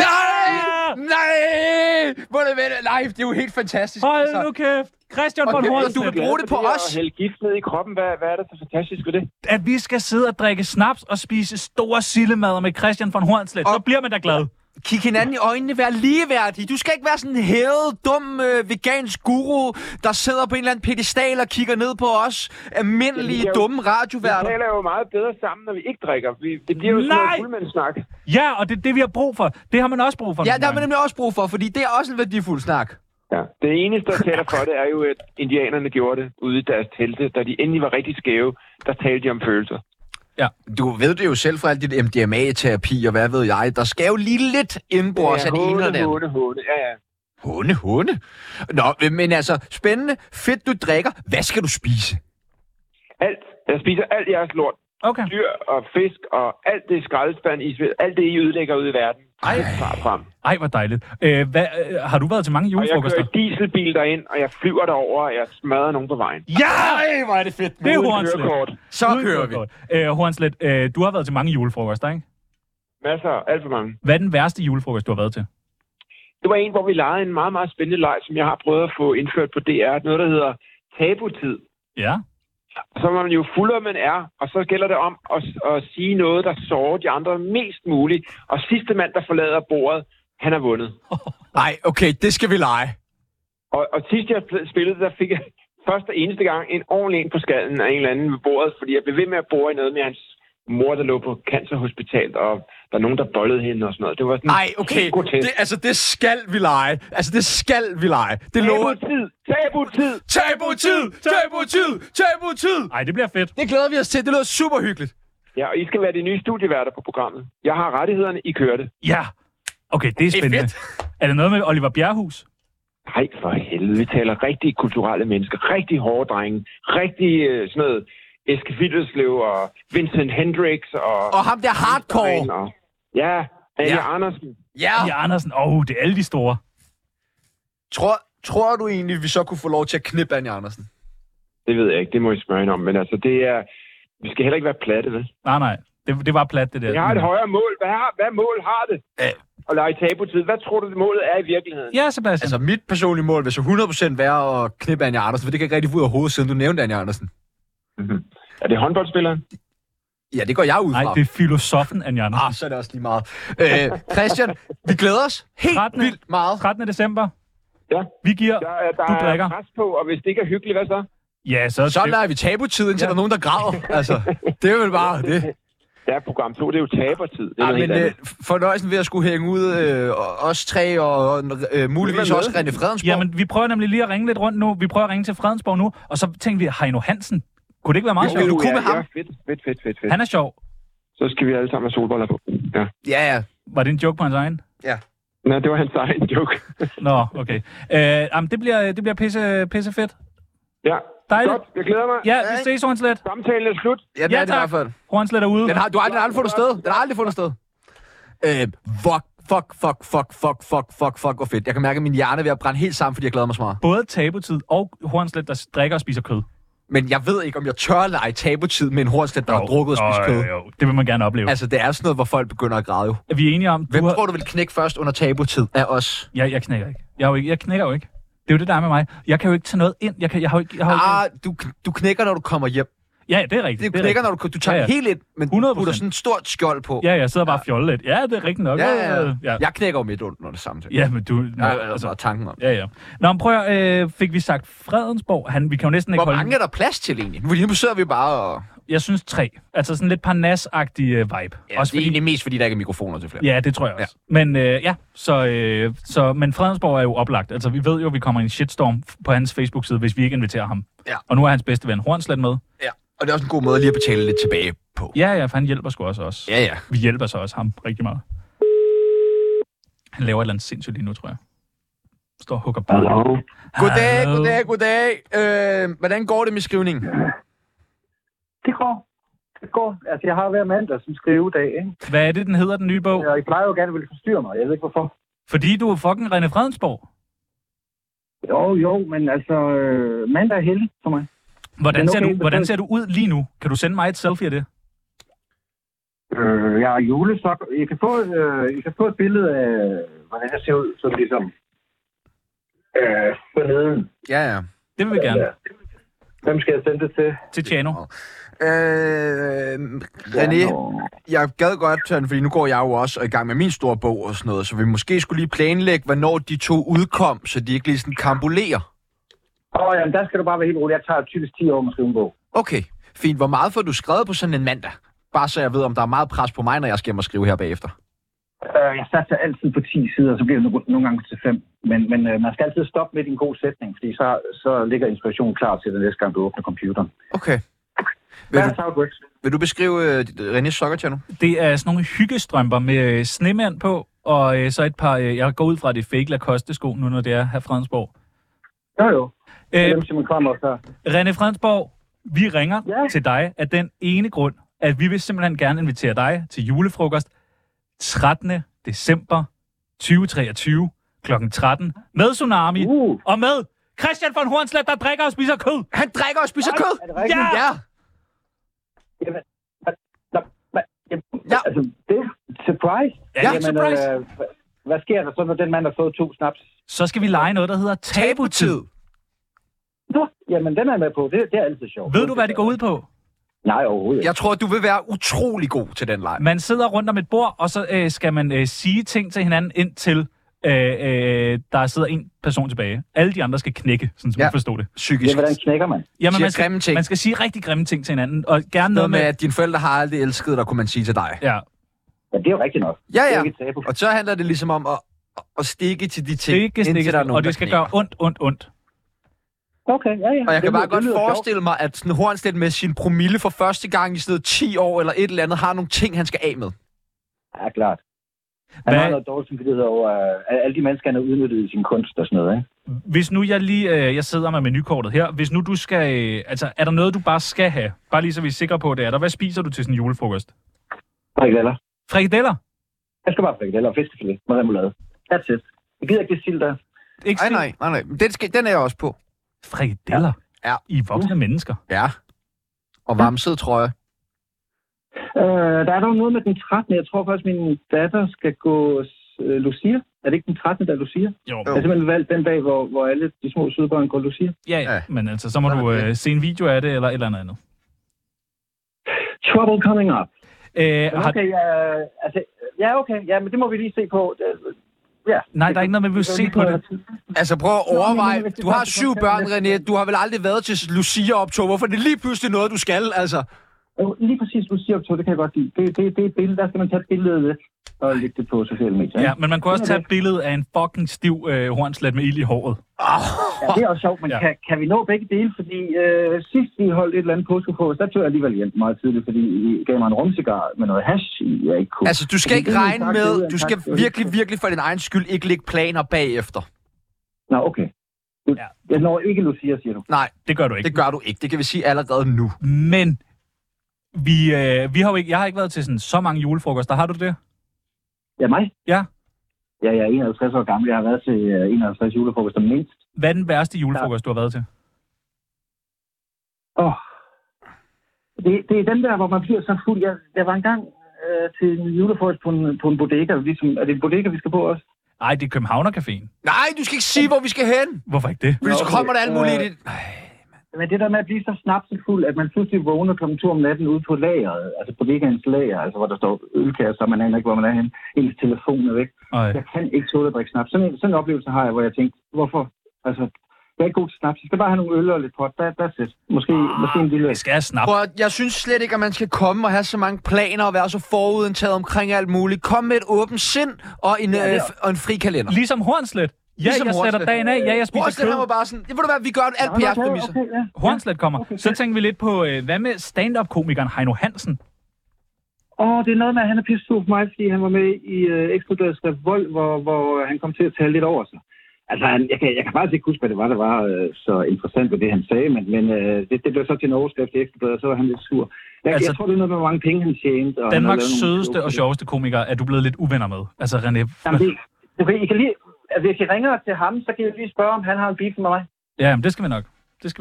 Nej! Nej, det er jo helt fantastisk. Hold nu kæft. Christian von Hornslet. Du vil bruge det på os. At hælde gift ned i kroppen. Hvad er der så fantastisk ved det? At vi skal sidde og drikke snaps og spise store sildemader med Christian von Hornslet. Så bliver man da glad. Kig hinanden i øjnene, vær ligeværdig. Du skal ikke være sådan en hævet, dum, vegansk guru, der sidder på en eller anden pedestal og kigger ned på os almindelige, dumme radioværter. Vi taler jo meget bedre sammen, når vi ikke drikker. Det bliver jo sådan noget fuldmandssnak. Ja, og det er det, vi har brug for. Det har man også brug for. Ja, det har man nemlig også brug for, fordi det er også en værdifuld snak. Ja, det eneste, der taler for det, er jo, at indianerne gjorde det ude i deres telte. Da de endelig var rigtig skæve, der talte de om følelser. Ja. Du ved det jo selv fra alt dit MDMA-terapi, og hvad ved jeg. Der skal jo lige lidt indbords af det ene eller det andet. Hunde. Nå, men altså, spændende. Fedt, du drikker. Hvad skal du spise? Alt. Jeg spiser alt jeres lort. Okay. Dyr og fisk og alt det skraldespand, alt det, I ødelægger ude i verden. Ej, hvor dejligt. Har du været til mange julefrokoster? Og jeg kører dieselbil derind, og jeg flyver derover, og jeg smadrer nogen på vejen. Ja! Ej, hvor er det fedt. Det er Hornslet. Så kører vi. Hornslet, du har været til mange julefrokoster, ikke? Masser. Alt for mange. Hvad er den værste julefrokost, du har været til? Det var en, hvor vi legede en meget, meget spændende leg, som jeg har prøvet at få indført på DR. Noget, der hedder tabutid. Ja. Så er man jo fuldere, man er, og så gælder det om at sige noget, der sårer de andre mest muligt. Og sidste mand, der forlader bordet, han har vundet. Nej, okay, det skal vi lege. Og sidst jeg spillede, der fik jeg første og eneste gang en ordentlig en på skallen af en eller anden ved bordet, fordi jeg blev ved med at bore i noget med hans mor, der lå på cancerhospitalet, og der er nogen, der bollede hende og sådan noget. Det var sådan okay. Det skal vi lege. Det skal vi lege. Tabutid! Ej, det bliver fedt. Det glæder vi os til. Det lyder super hyggeligt. Ja, og I skal være de nye studieværter på programmet. Jeg har rettighederne, I kører det. Ja. Okay, det er spændende. Er det noget med Oliver Bjerrehus? Nej, for helvede. Vi taler rigtig kulturelle mennesker. Rigtig hårde drenge. Rigtig sådan noget Eske Willerslev og Vincent Hendricks Og ham der hardcore. Og, ja, Anja Andersen. Ja. Ja, Andersen. Det er alle de store. Tror du egentlig, vi så kunne få lov til at knippe Anja Andersen? Det ved jeg ikke. Det må I spørge hende om. Men altså, det er... Vi skal heller ikke være platte, vel? Nej. Det var plat, det der. Jeg har et højere mål. Hvad mål har det? At lege tabutid. Hvad tror du, det målet er i virkeligheden? Ja, Sebastian. Altså, mit personlige mål vil så 100% være at knippe Anja Andersen, for det kan ikke rigtig få ud af hovedet, siden du nævnte Anja Andersen. Mm-hmm. Er det håndboldspilleren? Ja, det går jeg ud fra. Nej, det er filosofen, Anja Andersen. Så er det også lige meget. Christian, vi glæder os helt vildt meget. 13. december. Ja. Vi giver, der du drikker. Er pres på, og hvis det ikke er hyggeligt, hvad så? Ja, så lader vi tabutid, indtil der er nogen, der græder. Altså, det er vel bare det. Ja, program 2, det er jo tabertid. Fornøjelsen ved at skulle hænge ud os tre, og muligvis også René Fredensborg. Jamen, vi prøver nemlig lige at ringe lidt rundt nu. Vi prøver at ringe til Fredensborg nu, og så tænkte vi, Heino Hansen. Kunne det ikke være meget sjovt? Du kunne med ham. Ja, fedt. Han er sjov. Så skal vi alle sammen have solbriller på. Ja. Var det en joke på hans egen? Ja. Nej, det var hans egen joke. Nå, okay. Jamen, det bliver pisse fedt. Ja. Dejligt. Godt, jeg glæder mig. Ja, vi ses, Hornslet. Samtalen er slut. Ja, det er det i hvert fald. Hornslet er ude. Du har aldrig fundet sted. Den har aldrig fundet sted. Fuck, hvor fedt. Jeg kan mærke, at min hjerne er ved at brænde helt sammen, fordi jeg glæder mig så meget. Både tabutid og Hornslet, der drikker og spiser kød. Men jeg ved ikke, om jeg tør lege tabutid med en Hornslet, der har drukket og spist kød. Jo. Det vil man gerne opleve. Altså, det er sådan noget, hvor folk begynder at græde jo. Er vi enige om... Hvem tror du vil knække først under tabutid af os? Jeg knækker ikke. Jeg knækker jo ikke. Det er jo det, der er med mig. Jeg kan jo ikke tage noget ind. Du knækker, når du kommer hjem. Ja, det er rigtigt. Du knækker, når du tager helt ind, men 100%. Du putter sådan et stort skjold på. Ja, jeg sidder bare og fjoller lidt. Ja, det er rigtigt nok. Ja. Jeg knækker jo midt under det samme. Ja, men du... Altså, tanken om. Ja. Nå, men prøv at... fik vi sagt Fredensborg? Vi kan jo næsten ikke Hvor mange er der plads til egentlig? Nu sidder vi bare og... Jeg synes 3. Altså sådan lidt parnas-agtig vibe. Ja, også det er egentlig mest, fordi der ikke er mikrofoner til flere. Ja, det tror jeg også. Ja. Men men Fredensborg er jo oplagt. Altså, vi ved jo, at vi kommer i en shitstorm på hans Facebook-side, hvis vi ikke inviterer ham. Ja. Og nu er hans bedste ven Hornslet med. Ja, og det er også en god måde lige at betale lidt tilbage på. Ja, for han hjælper sgu også os. Ja. Vi hjælper så også ham rigtig meget. Han laver et eller andet sindssygt lige nu, tror jeg. Står og hugger bare. Goddag. Hvordan går det med skrivningen? Det går. Altså, jeg har hver mandag som skrivedag, ikke? Hvad er det, den hedder, den nye bog? Jeg plejer jo gerne at ville forstyrre mig. Jeg ved ikke, hvorfor. Fordi du er fucking René Fredensborg? Jo, men altså, mandag er heldig for mig. Hvordan ser du ud lige nu? Kan du sende mig et selfie af det? Jeg har julesok. I kan få et billede af, hvordan jeg ser ud, sådan ligesom forneden. Ja. Det vil vi gerne. Hvem skal jeg sende det til? Til Tjano. René, jeg gad godt til den, fordi nu går jeg jo også i gang med min store bog og sådan noget, så vi måske skulle lige planlægge, hvornår de to udkom, så de ikke lige sådan kambulerer. Jamen, der skal du bare være helt rolig. Jeg tager typisk 10 år at skrive en bog. Okay, fint. Hvor meget får du skrevet på sådan en mandag? Bare så jeg ved, om der er meget pres på mig, når jeg skal hjem og skrive her bagefter. Jeg satser altid på 10 sider, så bliver det nogle gange til 5. Men man skal altid stoppe med en god sætning, fordi så ligger inspirationen klar til det næste gang, du åbner computeren. Okay. Vil du beskrive Renés sokker, Tjerno? Det er sådan nogle hyggestrømper med snemand på, og så et par, jeg går ud fra det fake Lacoste-sko nu, når det er her Fredensborg. Jo. René Fredensborg, vi ringer til dig af den ene grund, at vi vil simpelthen gerne invitere dig til julefrokost 13. december 2023 kl. 13 med Tsunami og med Christian von Hornslet, der drikker og spiser kød. Han drikker og spiser kød? Er det rigtigt? Ja. Altså, det er surprise. Surprise. Hvad sker der så, når den mand har fået 2 snaps? Så skal vi lege noget, der hedder tabutid. Nå, jamen den er med på. Det er altid sjovt. Ved du, hvad det går ud på? Nej, overhovedet ikke. Jeg tror, du vil være utrolig god til den leg. Man sidder rundt om et bord, og så skal man sige ting til hinanden, indtil der sidder en person tilbage. Alle de andre skal knække, sådan som man forstår det. Psykisk. Ja, hvordan knækker man? Jamen, man skal sige rigtig grimme ting til hinanden. Og gerne noget med, at dine forældre har aldrig elsket dig, kunne man sige til dig. Ja. Ja, det er jo rigtigt nok. Ja. Og så handler det ligesom om at stikke til de ting, indtil der er nogen, og det skal gøre ondt. Okay, ja. Og jeg kan bare godt lyder forestille mig, at sådan Hornstedt med sin promille for første gang i sådan noget 10 år eller et eller andet, har nogle ting, han skal af med. Ja, klart. Han har noget dårligt samvittighed over, at alle de mennesker, han har udnyttet i sin kunst og sådan noget, ikke? Hvis nu jeg sidder med menukortet her. Hvis nu du skal... altså, er der noget, du bare skal have? Bare lige så vi er sikre på, det er der. Hvad spiser du til sådan en julefrokost? Frikadeller. Frikadeller? Jeg skal bare frikadeller og fiskefilet med remoulade. That's it. Jeg gider ikke det sild der. Ikke Nej. Den er jeg også på. Frikadeller? Ja. I voksne mennesker? Ja. Og varmsæd, tror jeg. Der er dog noget med den 13. Jeg tror faktisk, min datter skal gå Lucia. Er det ikke den 13. der er Lucia? Jo. Jeg har simpelthen valgt den dag, hvor alle de små sydbørn går Lucia. Ja. Men altså, så må du se en video af det, eller et eller andet. Trouble coming up. Okay, okay. Ja, men det må vi lige se på. Ja. Nej, der er ikke noget med, at vi vil se på det. Altså prøv at overveje. Du har 7 børn, René. Du har vel aldrig været til Lucia-optog. Hvorfor er det lige pludselig noget, du skal, altså? Lige præcis Lucia-optog, det kan jeg godt lide. Det er et billede, der skal man tage et billede lidt og lægge det på sociale medier. Ja, men man kunne også tage et billede af en fucking stiv Hornslet med ild i håret. Ja, det er også sjovt, men kan vi nå begge dele? Fordi sidst vi holdt et eller andet påskefrokost, der tog jeg alligevel hjem meget tidligt, fordi I gav mig en rumcigar med noget hash i, jeg ikke kunne. Altså, du skal ikke regne med, du skal virkelig for din egen skyld ikke lægge planer bagefter. Nå, okay. Jeg når ikke Lucia, siger du. Nej, det gør du ikke. Det gør du ikke. Det kan vi sige allerede nu. Men vi har jo ikke, jeg har ikke været til sådan så mange julefrokoster. Har du det? Ja, mig? Ja. Ja, jeg er 51 år gammel. Jeg har været til 51 julefrokoster mindst. Hvad er den værste julefrokost, du har været til? Det er den der, hvor man bliver så fuld. Jeg var engang til en julefrokost på en bodega. Ligesom, er det en bodega, vi skal på også? Nej, det er Københavnercaféen. Nej, du skal ikke sige, hvor vi skal hen. Hvorfor ikke det? Fordi så kommer der alt muligt i det. Men det der med at blive så snapsefuld, at man pludselig vågner kl. 2 om natten ude på lageret, altså på bodegaens lager, altså hvor der står ølkasser, og man aner ikke, hvor man er henne. Ens telefon er væk. Jeg kan ikke tåle at drikke snaps. Sådan en oplevelse har jeg, hvor jeg tænkte, hvorfor? Altså, jeg er ikke god til snaps. Jeg skal bare have nogle øl og lidt pot. That's it. Måske en lille... Det skal have snaps. Jeg synes slet ikke, at man skal komme og have så mange planer og være så forudindtaget omkring alt muligt. Kom med et åbent sind og en fri kalender. Ligesom Hornslet. Ja, jeg sætter dagen af. Ja, jeg spiser kød. Han var bare sådan, det vil du være, vi gør alt på jeres præmisser. Hornslet kommer. Okay. Så tænker vi lidt på, hvad med stand-up-komikeren Heino Hansen? Det er noget med, at han er pissesur for mig, fordi han var med i Ekstra Bladets Revolt, hvor han kom til at tale lidt over sig. Altså, jeg kan faktisk ikke huske, hvad det var, der var så interessant ved det, han sagde, men det blev så til en overskrift i Ekstra Bladet, og så var han lidt sur. Jeg tror, det er noget med, hvor mange penge han tjente. Danmarks sødeste og sjoveste komiker er du blevet lidt uvenner med. Altså, René... Jamen, I kan lige... Altså, hvis I ringer til ham, så kan jeg lige spørge, om han har en beef med mig. Ja, men det skal vi nok.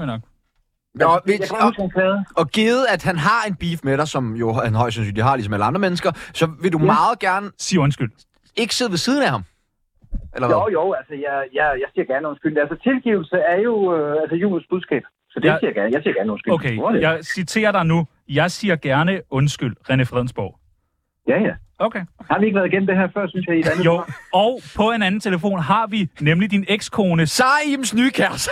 Og givet, at han har en beef med dig, som jo han højst sandsynligt har, ligesom alle andre mennesker, så vil du meget gerne... Sige undskyld. Ikke sidde ved siden af ham? Eller hvad? Jo, altså, jeg siger gerne undskyld. Altså, tilgivelse er jo julens budskab. Så det siger jeg gerne. Jeg siger gerne undskyld. Okay, jeg citerer dig nu. Jeg siger gerne undskyld, René Fredensborg. Ja. Okay. Har vi ikke været igennem det her før, synes jeg, i et andet Jo, og på en anden telefon har vi nemlig din ekskone, Sara Ibens nye kæreste.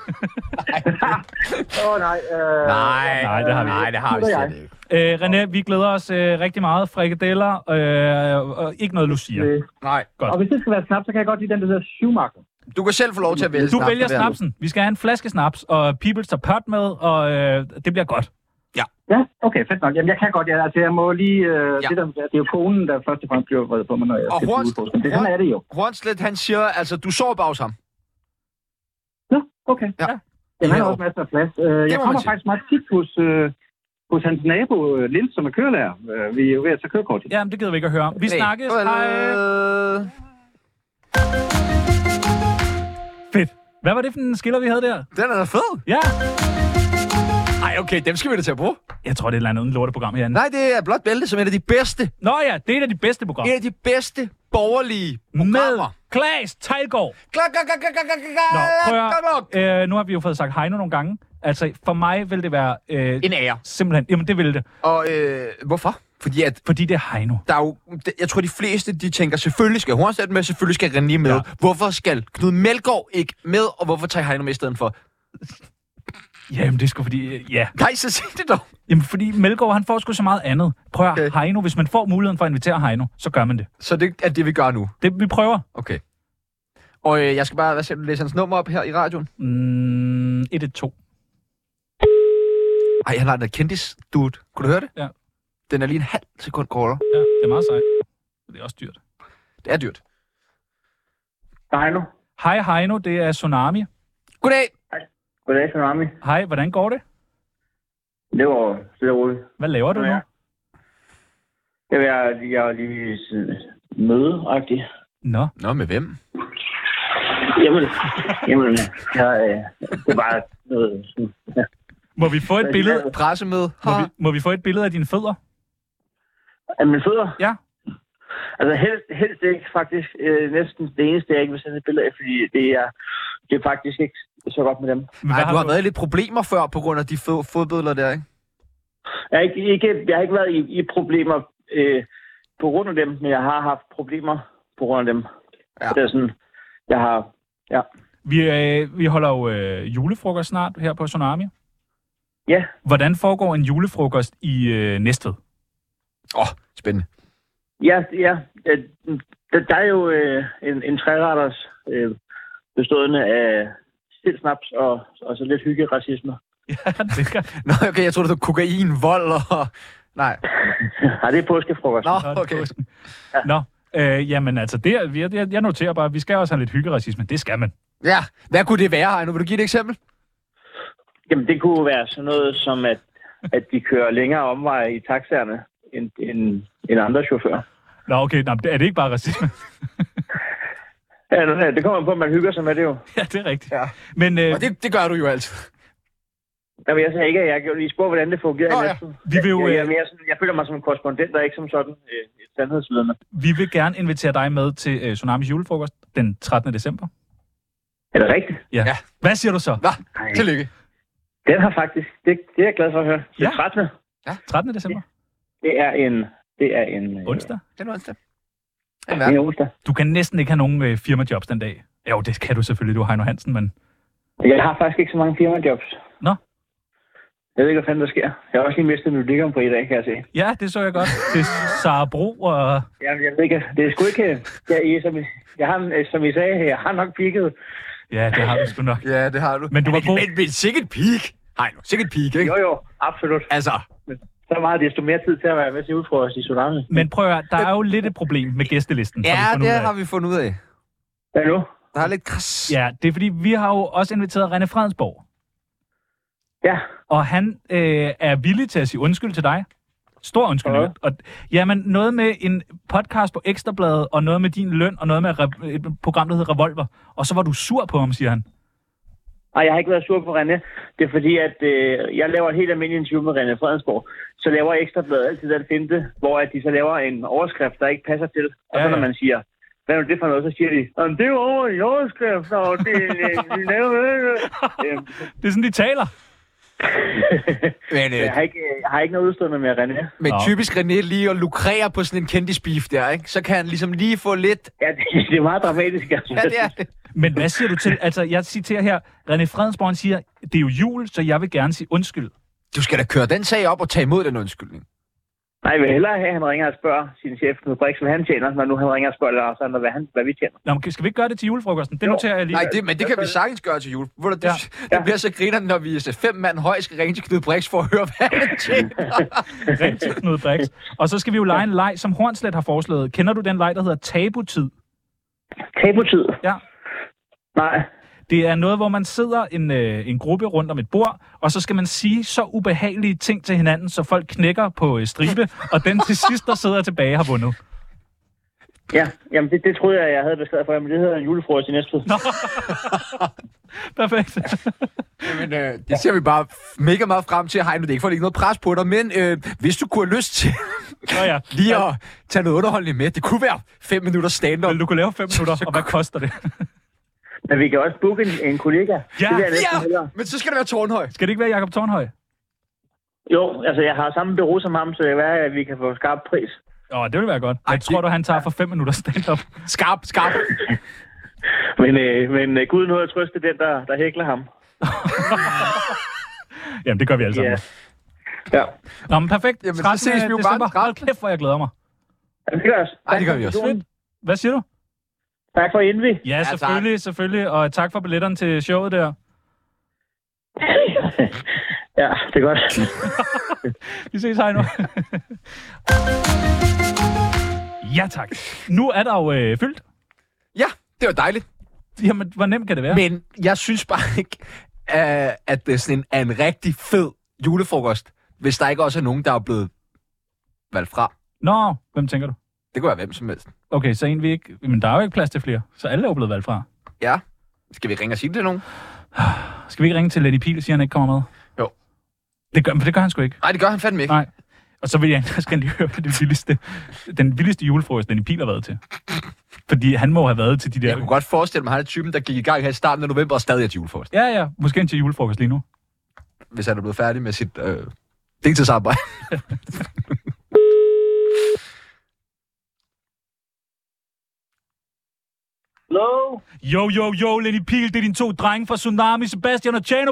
Nej, det har vi ikke. Nej, det har vi slet ikke. René, vi glæder os rigtig meget. Frikadeller og ikke noget Lucia. Nej. Godt. Og hvis det skal være snaps, så kan jeg godt lide den, der hedder Schumacher. Du kan selv få lov til at vælge snaps. Du vælger snapsen. Vi skal have en flaske snaps, og people tager pørt med, og det bliver godt. Ja, okay, fedt nok. Jamen, jeg kan godt, altså jeg må lige... det er jo konen, der først og fremmest bliver vred på mig, når jeg skal til udfordring. Sådan er det jo. Hornslet, han siger, altså, du sover bag ham. Nå, okay. Ja. Jamen, han har også masser af plads. Jeg kommer faktisk meget tit hos hans nabo, Lins, som er kørelærer. Vi er jo ved at tage kørekort til. Jamen, det gider vi ikke at høre. Vi snakkes. Hej. Fedt. Hvad var det for en skiller, vi havde der? Den er da fed. Ja. Ej, okay, dem skal vi da til at bruge. Jeg tror, det er et eller andet lorteprogram herinde. Nej, det er Blåt Bælte, som er et af de bedste. Nå ja, det er et af de bedste programmer. Et af de bedste borgerlige programmer. Med Klaas Teilgaard. Nå, prøv nu har vi jo fået sagt Heino nogle gange. Altså, for mig vil det være... en ære. Simpelthen, jamen det vil det. Og hvorfor? Fordi det er Heino. Der er jo, jeg tror, de fleste, de tænker, selvfølgelig skal Hornslet med, selvfølgelig skal René med. Ja. Hvorfor skal Knud Melgaard ikke med, og hvorfor tager Heino med i stedet for? Jamen, det er sgu fordi... Ja. Nej, så sig det dog. Jamen, fordi Melgaard, han får sgu så meget andet. Prøv at Heino. Hvis man får muligheden for at invitere Heino, så gør man det. Så det er det, vi gør nu? Det vi prøver. Okay. Og jeg skal bare læse hans nummer op her i radioen. 112. Ej, han har en kendis-dude. Kunne du høre det? Ja. Den er lige en halv sekund kortere. Ja, det er meget sejt. Det er også dyrt. Det er dyrt. Heino. Hej Heino, det er Tsunami. Goddag. Goddag, Tsunami. Hej, hvordan går det? Det var stille og roligt. Hvad laver du nu? Jeg er lige mødeagtig. Nå, med hvem? Jamen, det er bare noget... Ja. Må vi få et billede? Pressemøde. Må vi få et billede af dine fødder? Af mine fødder? Ja. Altså helst ikke faktisk. Næsten det eneste, jeg ikke vil sende et billede af, fordi det er faktisk ikke så godt med dem. Nej, du har været i lidt problemer før på grund af de fodbilleder der, ikke? Jeg har ikke været i problemer på grund af dem, men jeg har haft problemer på grund af dem. Ja. Det er sådan, jeg har... Ja. Vi holder jo julefrokost snart her på Tsunami. Ja. Hvordan foregår en julefrokost i Næstved? Spændende. Ja. Der er jo en træretters bestående af stilsnaps og så lidt hyggeracisme. Ja, det kan... Nå, okay, jeg troede, det var kokain, vold og... Nej. Nej, det er påskefrokost. Nå, okay. Ja. Nå, jamen altså, jeg noterer bare, at vi skal også have lidt hyggeracisme. Det skal man. Ja, hvad kunne det være, Heino? Vil du give et eksempel? Jamen, det kunne være sådan noget som, at de kører længere omveje i taxaerne end andre chauffører. Nå, okay. Nå, er det ikke bare racisme? Ja, det kommer på, at man hygger sig med det jo. Ja, det er rigtigt. Ja. Men, og det gør du jo altid. Jamen, jeg sagde ikke, at jeg kan lige spørge, hvordan det fungerer i næsten. Jeg føler mig som en korrespondent, og ikke som sådan et sandhedsvidne. Vi vil gerne invitere dig med til Tsunamis julefrokost den 13. december. Er det rigtigt? Ja. Hvad siger du så? Tillykke. Den har faktisk... Det er jeg glad for at høre. Det 13. Ja, 13. december. Det er en... Onsdag? Det er onsdag. Det er onsdag. Du kan næsten ikke have nogen firmajobs den dag. Jo, det kan du selvfølgelig, du Heino Hansen, men... Jeg har faktisk ikke så mange firmajobs. Nå? Jeg ved ikke, hvad fanden der sker. Jeg har også lige mistet Melodi på i dag, kan jeg se. Ja, det så jeg godt. Det er Sara Bro og... Jamen, jeg ved ikke. Det er sgu ikke... Som I sagde, jeg har nok peaked. Ja, det har du sgu nok. Ja, det har du. Men du var god. Men sikkert peak. Heino, sikkert peak, ikke? Jo, absolut. Altså... Så meget desto mere tid til at være med til udfordres i Tsunami. Men prøv at høre, der er jo lidt et problem med gæstelisten. Ja, det har vi fundet ud af. Hvad nu? Der er lidt kras. Ja, det er fordi, vi har jo også inviteret René Fredensborg. Ja. Og han er villig til at sige undskyld til dig. Stor undskyldning. Ja. Og jamen, noget med en podcast på Ekstrabladet, og noget med din løn, og noget med et program, der hedder Revolver. Og så var du sur på ham, siger han. Nej, jeg har ikke været sur på René. Det er fordi, at jeg laver et helt almindeligt interview med René Fredensborg. Så laver Ekstrabladet altid den finte, hvor at de så laver en overskrift, der ikke passer til. Og så når man siger, hvad er det for noget, så siger de, det er jo over i overskrift, og det det er sådan, de taler. Men, jeg har ikke noget udstående med René. Men typisk René lige at lukrere på sådan en kendisbeef der, ikke? Så kan han ligesom lige få lidt... Ja, det er meget dramatisk. Altså. Ja, det er det. Men hvad siger du til... Altså, jeg citerer her. René Fredensborg siger, det er jo jul, så jeg vil gerne sige undskyld. Du skal da køre den sag op og tage imod den undskyldning. Nej, jeg vil hellere have, at han ringer og spørger sin chef, Knud Brix, hvad han tjener, når nu han ringer og spørger Lars Sander, hvad vi tjener. Nå, men skal vi ikke gøre det til julefrokosten? Det noterer jeg lige. Nej, men det kan vi sagtens gøre til jul. Det bliver så grinerende, når vi 5 mand høj skal ringe til Knud Brix for at høre, hvad han tjener. Ring til Knud Brix. Og så skal vi jo lege en leg, som Hornslet har foreslået. Kender du den leg, der hedder Tabutid? Tabutid? Ja. Nej. Det er noget, hvor man sidder en gruppe rundt om et bord, og så skal man sige så ubehagelige ting til hinanden, så folk knækker på stribe, og den til sidst, der sidder tilbage, har vundet. Ja, jamen det troede jeg havde bestemt for, men det hedder en julefrokost i Næstved. Perfekt. Jamen, det ser vi bare mega meget frem til. Heino, det er ikke for at lægge noget pres på dig, men hvis du kunne have lyst til lige at tage noget underholdning med, det kunne være 5 minutter stand-up. Vil du kunne lave 5 minutter, og hvad koster det? Men vi kan også booke en kollega. Ja, men så skal det være Tornhøj. Skal det ikke være Jakob Tornhøj? Jo, altså jeg har samme bureau som ham, så det kan være, at vi kan få skarp pris. Det vil være godt. Jeg tror du, han tager for 5 minutter stand-up. Skarp. men Gud nåede at trøste den, der hækler ham. Jamen, det gør vi alle sammen. Ja. Nå, men perfekt. Jamen, så ses vi jo bare. Hold kæft, hvor jeg glæder mig. Jamen, det gør os. Ej, det gør vi også. Hvad siger du? Tak for Envy. Ja, selvfølgelig. Og tak for billetterne til showet der. Ja, det er godt. Vi ses, hej nu. Ja, tak. Nu er der jo fyldt. Ja, det var dejligt. Jamen, hvor nemt kan det være? Men jeg synes bare ikke, at det er sådan en rigtig fed julefrokost, hvis der ikke også er nogen, der er blevet valgt fra. Nå, hvem tænker du? Det kunne være hvem som helst. Okay, så en vi ikke... Men der er jo ikke plads til flere, så alle er jo blevet valgt fra. Ja. Skal vi ringe og sige det til nogen? Skal vi ikke ringe til Lenny Pihl og sige, at han ikke kommer med? Jo. Det gør han sgu ikke. Nej, det gør han fandme ikke. Nej. Og så vil jeg skal lige høre den vildeste julefrokost, Lenny Pihl har været til. Fordi han må have været til de der... Jeg kunne godt forestille mig, at han er typen, der gik i gang her i starten af november og stadig er til julefrokost. Ja. Måske en til julefrokost lige nu. Hvis han er blevet færdig med sit deltidsarbejde. Hello? Jo, Lenny Pihl, det er dine 2 drenge fra Tsunami, Sebastian og Chano.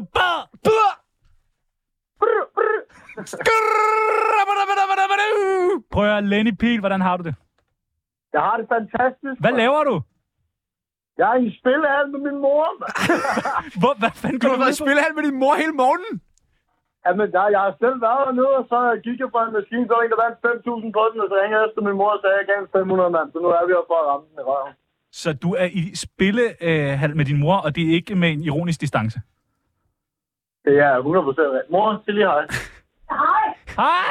Prøv at høre, Lenny Pihl, hvordan har du det? Jeg har det fantastisk. Hvad laver du? Jeg er i spillehal med min mor. Hvad fanden kan du være i spillehal med din mor hele morgenen? Jamen, jeg har selv været dernede, og så gik jeg på en maskine, så var der vandt 5.000 på den, og så ringede jeg efter min mor og sagde, at jeg gav 500 mand, så nu er vi oppe for at ramme den i røven. Så du er i spillehal med din mor, og det er ikke med en ironisk distance? Det er 100% rigtigt. Mor, til lige hej. Hej!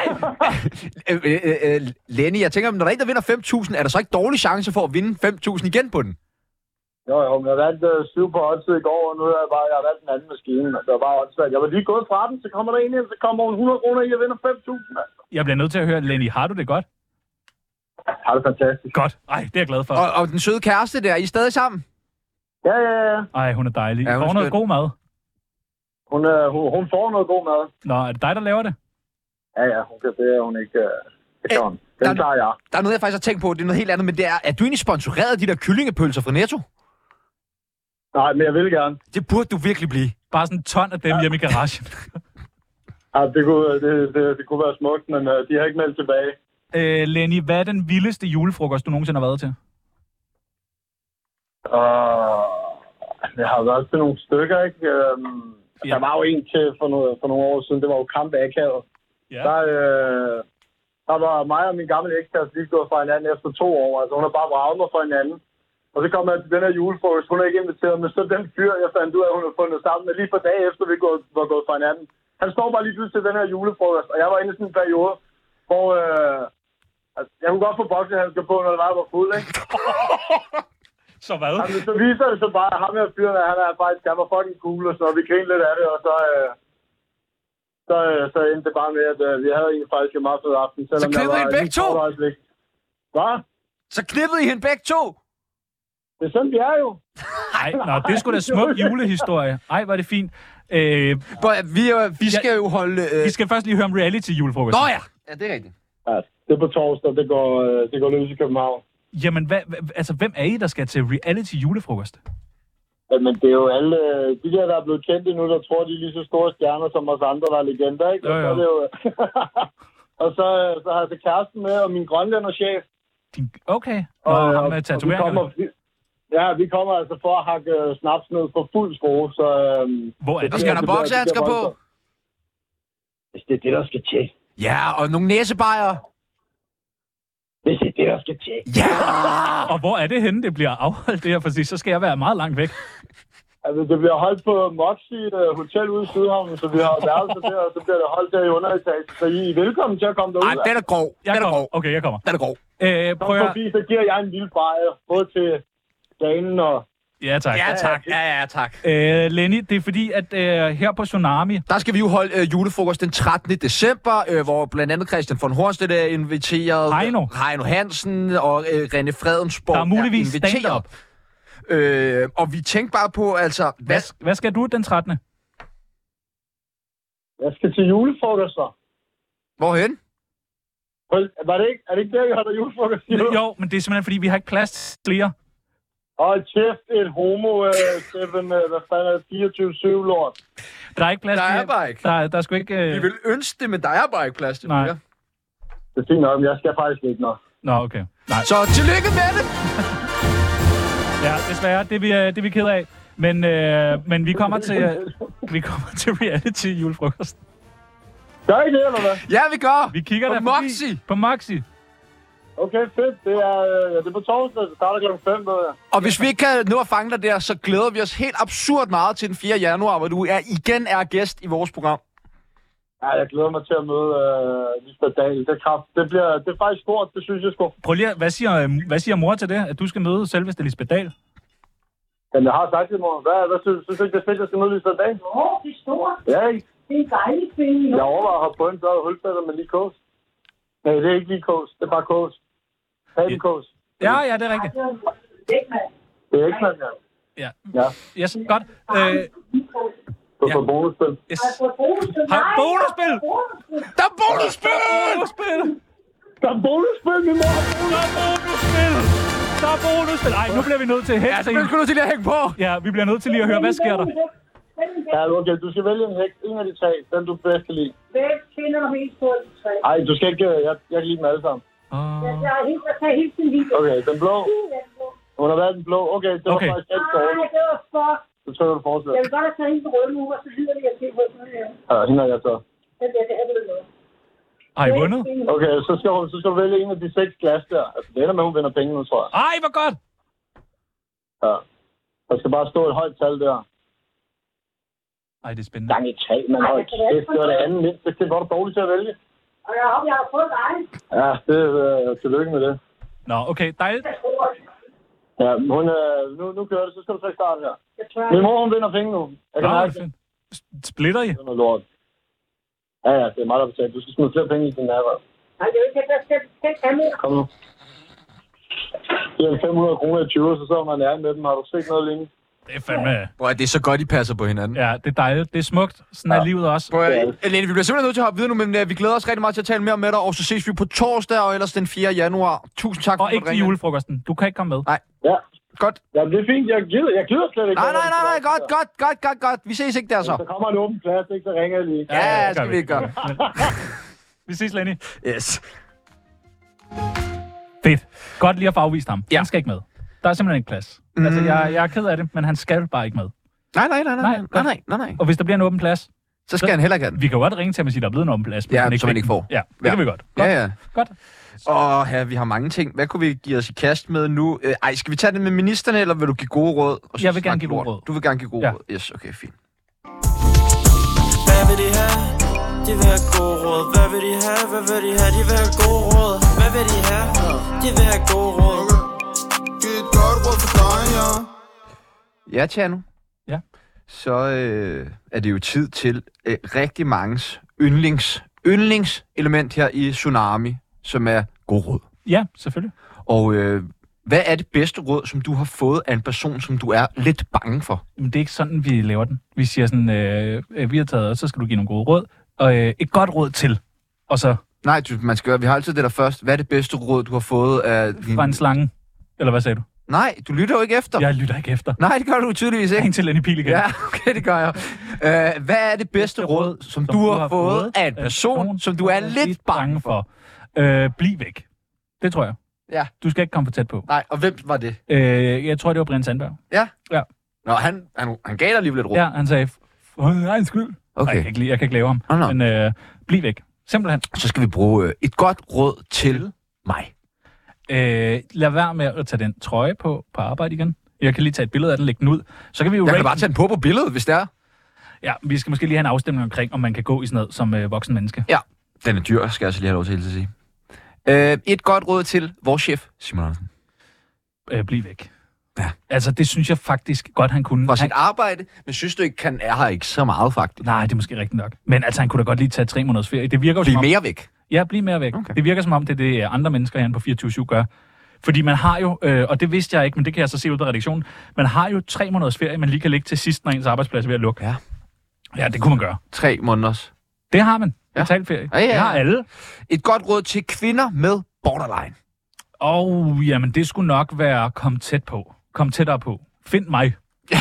Lenny, jeg tænker, når der er en, der vinder 5.000, er der så ikke dårlig chance for at vinde 5.000 igen på den? Jo, men jeg vandt 7 på oddset i går, og nu har jeg valgt en anden maskine. Det var bare oddsvalg. Jeg var lige gået fra den, så kommer der en ind, så kommer hun 100 kroner i, og vinder 5.000. Jeg bliver nødt til at høre, Lenny, har du det godt? Jeg har det fantastisk. Godt. Ej, det er jeg glad for. Og den søde kæreste der, er I stadig sammen? Ja. Ej, hun er dejlig. Ja, hun får noget god mad. Hun får noget god mad. Nå, er det dig, der laver det? Ja, hun kan det, hun ikke... Det kan hun. Den tager jeg. Der er noget, jeg faktisk har tænkt på, det er noget helt andet, men det er du egentlig sponsoreret af de der kyllingepølser fra Netto? Nej, men jeg vil gerne. Det burde du virkelig blive. Bare sådan en ton af dem hjemme i garagen. Ja, det kunne være smukt, men de har ikke meldt tilbage. Lenny, hvad er den vildeste julefrokost, du nogensinde har været til? Jeg har været til nogle stykker, ikke? Der var jo en til for nogle år siden, det var jo Kamp Akavet. Ja. Der var mig og min gamle ekskæreste lige gået fra hinanden efter 2 år. Altså hun har bare vraget mig fra hinanden. Og så kom jeg til den her julefrokost, hun er ikke inviteret, men så den fyr, jeg fandt ud af, at hun havde fundet sammen med lige for dage efter, vi var gået fra hinanden. Han står bare lige pludselig til den her julefrokost, og jeg var inde i sådan en periode, hvor jeg kunne godt få boksehandsker på, når det var fuld, ikke? Så hvad? Altså, så viser det så bare, at ham her fyren, han var fucking cool, og så vi grinede lidt af det, og så endte det bare med, at vi havde faktisk en meget fed aften. Så knippede I begge to? Hvad? Så knippede I hende begge to? Det er sådan, vi er jo. Ej, det er sgu da smuk julehistorie. Ej, var det fint. Vi skal jo holde... Vi skal først lige høre om reality-julefrokosten. Nå ja! Ja, det er rigtigt. Ja, det er på torsdag, det går løs i København. Jamen, hvem er I, der skal til reality-julefrokost? Jamen, det er jo alle de der er blevet kendte nu, der tror, de er lige så store stjerner som os andre, der er legender, ikke? Jo. Og så er det jo... og så har jeg så kæresten med, og min grønlænderchef. Okay. Og med tatoveringer. Vi kommer altså for at hakke snaps ned for fuld skrue, så... Hvor er det? Skal der boksehandsker på? Hvis det er det, der skal til. Ja, og nogle næsebajer. Hvis det er det, der skal til. Ja! Og hvor er det henne, det bliver afholdt det her? For så skal jeg være meget langt væk. Altså, det bliver holdt på Moxie Hotel ude i Sydhavnen, så vi har værelser der, og så bliver det holdt der i underetage. Så I er velkommen til at komme derud. Nej, den er grov. Okay, jeg kommer. Den er grov. Kom forbi, så giver jeg en lille bajer, både til dagen og... Ja, tak. Ja, tak. Lenny, det er fordi, at her på Tsunami... Der skal vi jo holde julefrokost den 13. december, hvor blandt andet Christian von Horstedt er inviteret. Heino Hansen og René Fredensborg der er muligvis inviteret. Og vi tænker bare på, altså... Hvad skal du den 13. Jeg skal til julefrokoster. Hvorhen? Er det ikke der, vi holder julefrokost? Jo, men det er simpelthen, fordi vi har ikke plads til flere. Kæft, et homo, Steffen, hvad fanden er det, 24-7, lort. Der er ikke plads til... Der er bare ikke. Der er sgu ikke... Vi vil ønske det, men der er bare ikke plads til Nej. flere. Det er fint nok, men jeg skal faktisk ikke nok. Nå, okay. Nej. Så tillykke med det! Ja, desværre. Det er vi ked af. Men vi kommer til reality julefrokosten. Gør I det, eller hvad? Ja, vi gør. Vi kigger på der Moxie. På Moxie. Okay, fedt. Det er på torsdag. Det starter kl. 5. Og hvis vi ikke kan nå at fange dig der, så glæder vi os helt absurd meget til den 4. januar, hvor du igen er gæst i vores program. Ja, jeg glæder mig til at møde Lisbeth Dahl. Det er faktisk stort, det synes jeg sgu. Prøv lige, hvad siger mor til det, at du skal møde selveste Lisbeth Dahl? Jamen, jeg har sagt det, mor. Hvad synes du, det er fedt, at jeg skal møde Lisbeth Dahl? Det er stort. Ja, ikke? Det er dejligt kvinde. Jeg overvejer at have på en dør og hulfælder med lige kås. Nej, det er ikke lige kås. Det er bare kås. Kås. Ja, det er rigtigt. Det er ikke man, ja. Ja. Yes, godt. Du får bonusspil. Yes. Har bonusspil? Der er bonusspil! Der er bonusspil, min mor! Der er bonusspil! Ej, nu bliver vi nødt til at hænge. Ja, så bliver vi nødt til lige at hænge på. Ja, vi bliver nødt til lige at høre, hvad sker der? Ja, okay, du skal vælge en hæk. En af de tre, den du bedst kan lide. Hvad finder du mest på de tre? Ej, du skal ikke... Jeg kan lide dem alle sammen. Jeg tager helt sin video. Okay, den blå. Hun har været den blå. Okay, det var faktisk helt dårligt. Nej, det var for... Så trykker du fortsæt. Jeg vil godt have taget hende på røde nu, og så lyder det, jeg ser på sådan her. Ja, hende har jeg så. Det er det noget. Har I vundet? Okay, så skal du vælge en af de 6 glas der. Altså, det ender med, at hun vinder penge nu, tror jeg. Ej, hvor godt! Ja. Der skal bare stå et højt tal der. Ej, det er spændende. Gang i 3, men højt. Det var det andet mindst. Det var du dårligt til at vælge. Og jeg håber, jeg har fået dig. Ja, det er tillykke med det. Nå, okay, dejligt. Ja, hun, nu kører det, så skal du trække start her. Min mor, hun vinder penge nu. Jeg kan mærke det. Splitter I? Det er noget lort. Ja, det er meget at betale. Du skal smide flere penge i din nærvær. Nej, det er jo ikke, jeg skal have mere. Kom nu. Det er 500 kroner i 20, så er man nærmere med dem. Har du set noget lignende? Det er fandme... Bro, det er så godt, I passer på hinanden. Ja, det er dejligt. Det er smukt. Sådan er livet også. Bro, Lene, vi bliver simpelthen nødt til at hoppe videre nu, men vi glæder os rigtig meget til at tale mere med dig, og så ses vi på torsdag og ellers den 4. januar. Tusind tak for og ikke til julefrokosten. Du kan ikke komme med. Nej. Ja. Godt. Ja, det er fint. Jeg gider slet ikke. Nej. Godt. Vi ses ikke der så. Så kommer en åben plads, ikke? Så ringer jeg lige. Ja, det skal vi ikke gøre. Vi ses, Lenny. Yes. Fedt. Godt lige at få afvist ham. Ja. Han skal ikke med. Der er simpelthen ikke plads. Altså, jeg er ked af det, men han skal bare ikke med. Nej. Og hvis der bliver en åben plads, så skal han heller ikke have den. Vi kan godt ringe til ham og sige, at der er blevet en åben plads, men som man ikke får. Ja, det kan vi godt. Ja. Godt. Og ja, vi har mange ting. Hvad kunne vi give os i kast med nu? Skal vi tage det med ministerne, eller vil du give gode råd? Jeg vil gerne give gode råd. Du vil gerne give gode råd? Yes, okay, fint. Hvad vil de have? De vil have gode råd. Hvad vil de have? Hvad vil de have? De vil have gode råd. Hvad vil de have? De vil have gode råd. Giv et godt råd for dig, ja. Ja, Tjano. Ja. Så er det jo tid til rigtig manges yndlingselement her i Tsunami, som er god råd. Ja, selvfølgelig. Og hvad er det bedste råd, som du har fået af en person, som du er lidt bange for? Men det er ikke sådan, vi laver den. Vi siger sådan, vi har taget, så skal du give nogle gode råd, og et godt råd til. Og så... Nej, vi har altid det der først. Hvad er det bedste råd, du har fået af... Fra en slange? Eller hvad sagde du? Nej, du lytter jo ikke efter. Jeg lytter ikke efter. Nej, det gør du tydeligvis ikke. Ring til Lenny Pihl igen. Ja, okay, det gør jeg. Hvad er det bedste råd, som du har fået af en person, som du er lidt bange for? Bliv væk. Det tror jeg. Ja. Du skal ikke komme for tæt på. Nej, og hvem var det? Jeg tror, det var Brian Sandberg. Ja? Ja. Nå, han gav dig alligevel et råd. Ja, han sagde, egen skyld. Okay. Jeg kan ikke lave ham. Men bliv væk. Simpelthen. Så skal vi bruge et godt råd til mig. Lad være med at tage den trøje på arbejde igen. Jeg kan lige tage et billede af den, lægge den ud. Så kan vi jo jeg kan bare tage den på billedet, hvis det er. Ja, vi skal måske lige have en afstemning omkring, om man kan gå i sådan noget som voksen menneske. Ja, den er dyr, skal jeg så lige have lov til at sige. Et godt råd til vores chef, Simon Andersen. Bliv væk. Ja. Altså, det synes jeg faktisk godt, han kunne. For sit arbejde, men synes du ikke, han er her ikke så meget, faktisk? Nej, det er måske rigtigt nok. Men altså, han kunne da godt lige tage 3 måneders ferie. Det virker jo Bliv mere væk? Ja, bliv mere væk. Okay. Det virker som om, det er andre mennesker herinde på 24/7 gør. Fordi man har jo, og det vidste jeg ikke, men det kan jeg så se ud på redaktionen, man har jo 3 måneders ferie, man lige kan lægge til sidst, når ens arbejdsplads er ved at lukke. Ja. Ja, det kunne man gøre. 3 måneders. Det har man. Betalt ferie. Ja. Det har alle. Et godt råd til kvinder med borderline. Jamen det skulle nok være kom tæt på. Kom tættere på. Find mig.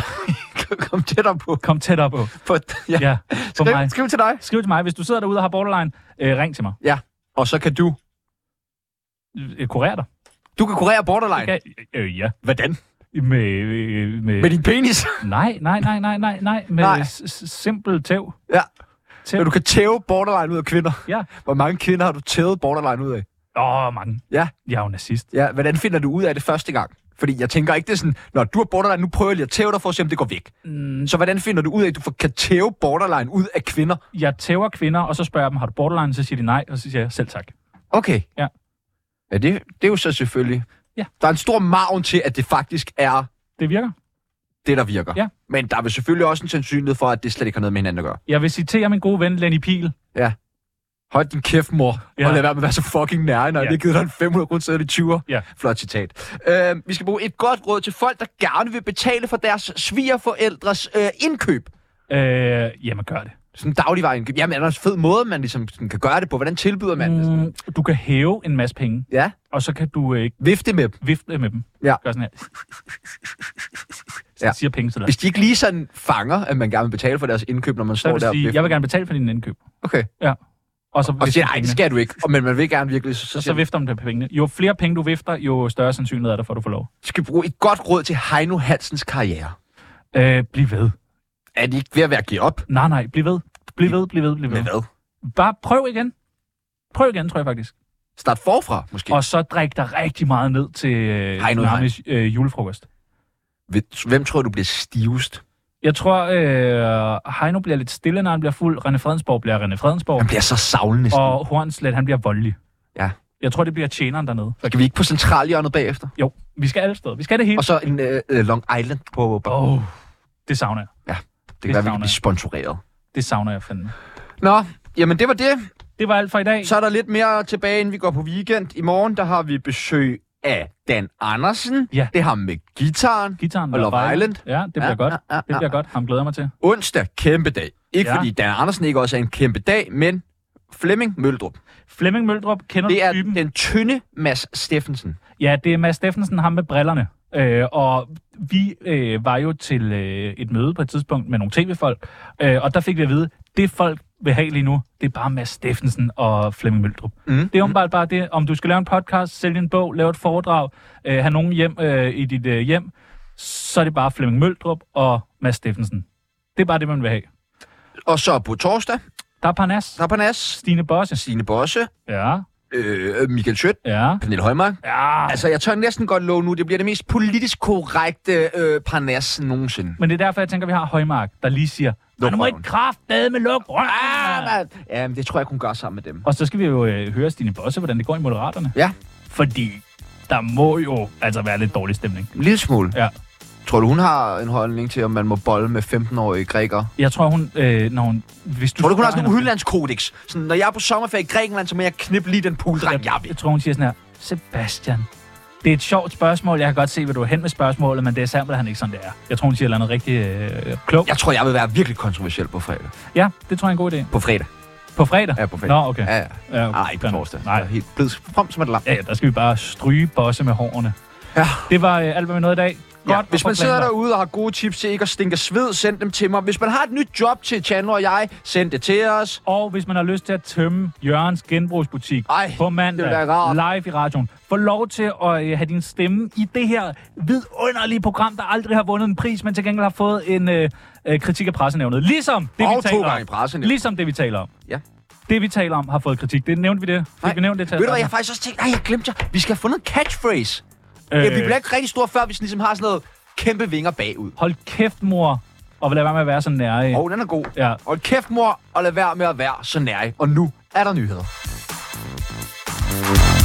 Kom tættere på. Kom tættere på. Ja. Skriv til dig. Skriv til mig. Hvis du sidder derude og har borderline, ring til mig. Ja, og så kan du... kurere dig. Du kan kurere borderline? Ja. Hvordan? Med din penis? Nej. Med simpel tæv. Ja. Men du kan tæve borderline ud af kvinder? Ja. Hvor mange kvinder har du tævet borderline ud af? Mange. Ja. Jeg er jo nazist. Ja, hvordan finder du ud af det første gang? Fordi jeg tænker ikke, det er sådan, når du er borderline, nu prøver jeg lige at tæve dig for at se, om det går væk. Så hvordan finder du ud af, at du kan tæve borderline ud af kvinder? Jeg tæver kvinder, og så spørger jeg dem, har du borderline? Så siger de nej, og så siger jeg selv tak. Okay. Ja. Ja, det er jo så selvfølgelig. Ja. Der er en stor margen til, at det faktisk er... Det virker. Det, der virker. Ja. Men der er vel selvfølgelig også en sandsynlighed for, at det slet ikke har noget med hinanden at gøre. Jeg vil citere min gode ven, Lenny Pihl. Ja. Hold din kæft, mor. Ja. Og lad være med at være så fucking nær, når jeg givet dig en 500 kroner sæde i 20'er. Ja. Flot citat. Vi skal bruge et godt råd til folk, der gerne vil betale for deres svigerforældres indkøb. Jamen, gør det. Sådan en dagligvareindkøb. Jamen, er der en fed måde, man ligesom kan gøre det på? Hvordan tilbyder man det? Du kan hæve en masse penge. Ja. Og så kan du... Vifte med dem. Ja. Gør sådan her. Så siger penge til dig. Hvis de ikke lige sådan fanger, at man gerne vil betale for deres indkøb, når man står der... Sige, jeg vil gerne betale for din indkøb. Okay. Ja. Og siger, nej, det skal du ikke. Men man vil gerne virkelig... Så vifter man på pengene. Jo flere penge du vifter, jo større sandsynlighed er der for, at du får lov. Du skal bruge et godt råd til Heino Hansens karriere. Bliv ved. Er de ikke ved at være givet op? Nej, bliv ved. Bliv ved. Med hvad? Bare prøv igen. Tror jeg faktisk. Start forfra, måske. Og så drik dig rigtig meget ned til Tsunamis julefrokost. Hvem tror du bliver stivest? Jeg tror, Heino bliver lidt stille, når han bliver fuld. René Fredensborg bliver René Fredensborg. Han bliver så savlende. Og Hornslet, han bliver voldelig. Ja. Jeg tror, det bliver tjeneren dernede. Skal vi ikke på centralhjørnet bagefter? Jo, vi skal alle steder. Vi skal det hele. Og så en Long Island på... Det savner jeg. Ja, det kan være, vi kan blive sponsoreret. Det savner jeg fandme. Nå, jamen det var det. Det var alt for i dag. Så er der lidt mere tilbage, inden vi går på weekend. I morgen, der har vi besøg af Dan Andersen. Ja. Det har med gitaren og Love Island. Ja, det bliver godt. Det bliver godt. Ham glæder mig til. Onsdag, kæmpe dag. Ikke fordi Dan Andersen ikke også er en kæmpe dag, men Flemming Møldrup. Flemming Møldrup kender det er typen. Den tynde Mads Steffensen. Ja, det er Mads Steffensen, ham med brillerne. Og vi var jo til et møde på et tidspunkt med nogle tv-folk, og der fik vi at vide, det folk vil have lige nu, det er bare Mads Steffensen og Flemming Møldrup. Det er umiddelbart bare det, om du skal lave en podcast, sælge en bog, lave et foredrag, have nogen hjem i dit hjem, så er det bare Flemming Møldrup og Mads Steffensen. Det er bare det, man vil have. Og så på torsdag? Der er Parnas. Stine Bosse. Ja. Michael Schødt. Ja. Pernille Højmark. Ja. Altså, jeg tør næsten godt love nu, det bliver det mest politisk korrekte Parnas nogensinde. Men det er derfor, jeg tænker, vi har Højmark, der lige siger, du må ikke kraftedeme lukke røven. Ja, men det tror jeg, hun gør sammen med dem. Og så skal vi jo høre Stine Bosse, hvordan det går i Moderaterne. Ja. Fordi der må jo altså være lidt dårlig stemning. En lille smule. Ja. Tror du, hun har en holdning til, om man må bolle med 15-årige grækere? Jeg tror, hun... når hun hvis du tror du, hun har sådan en udlandskodex? Sådan, når jeg er på sommerferie i Grækenland, så må jeg knippe lige den pooldreng, jeg vil. Jeg tror, hun siger sådan her, Sebastian, det er et sjovt spørgsmål. Jeg kan godt se, hvad du er hen med spørgsmålet, men det er simpelthen ikke sådan, det er. Jeg tror, hun siger noget rigtig klogt. Jeg tror, jeg vil være virkelig kontroversiel på fredag. Ja, det tror jeg er en god idé. På fredag. På fredag? Ja, på fredag. Nå, okay. Ja. Okay. Nej, ikke på torsdag. Nej. Helt blevet frem som et lam. Ja, der skal vi bare stryge Bosse med hårene. Ja. Det var alt, hvad vi nåede i dag. Godt, ja, hvis man sidder derude og har gode tips til ikke at stinke sved, send dem til mig. Hvis man har et nyt job til Chandler og jeg, send det til os. Og hvis man har lyst til at tømme Jørgens genbrugsbutik på mandag live i radioen, få lov til at have din stemme i det her vidunderlige program, der aldrig har vundet en pris, men til gengæld har fået en kritik af pressenævnet. Ligesom det, vi taler om. Ligesom det, vi taler om. Ja. Det, vi taler om, har fået kritik. Det nævnte vi det. Fik vi nævnt det til. Ved du hvad, jeg har faktisk også tænkt, jeg glemte jer. Vi skal have fundet en catchphrase. Vi bliver ikke rigtig store, før vi ligesom har sådan noget kæmpe vinger bagud. Hold kæft, mor, og lad være med at være så nærig. Den er god. Ja. Hold kæft, mor, og lad være med at være så nærig. Og nu er der nyheder.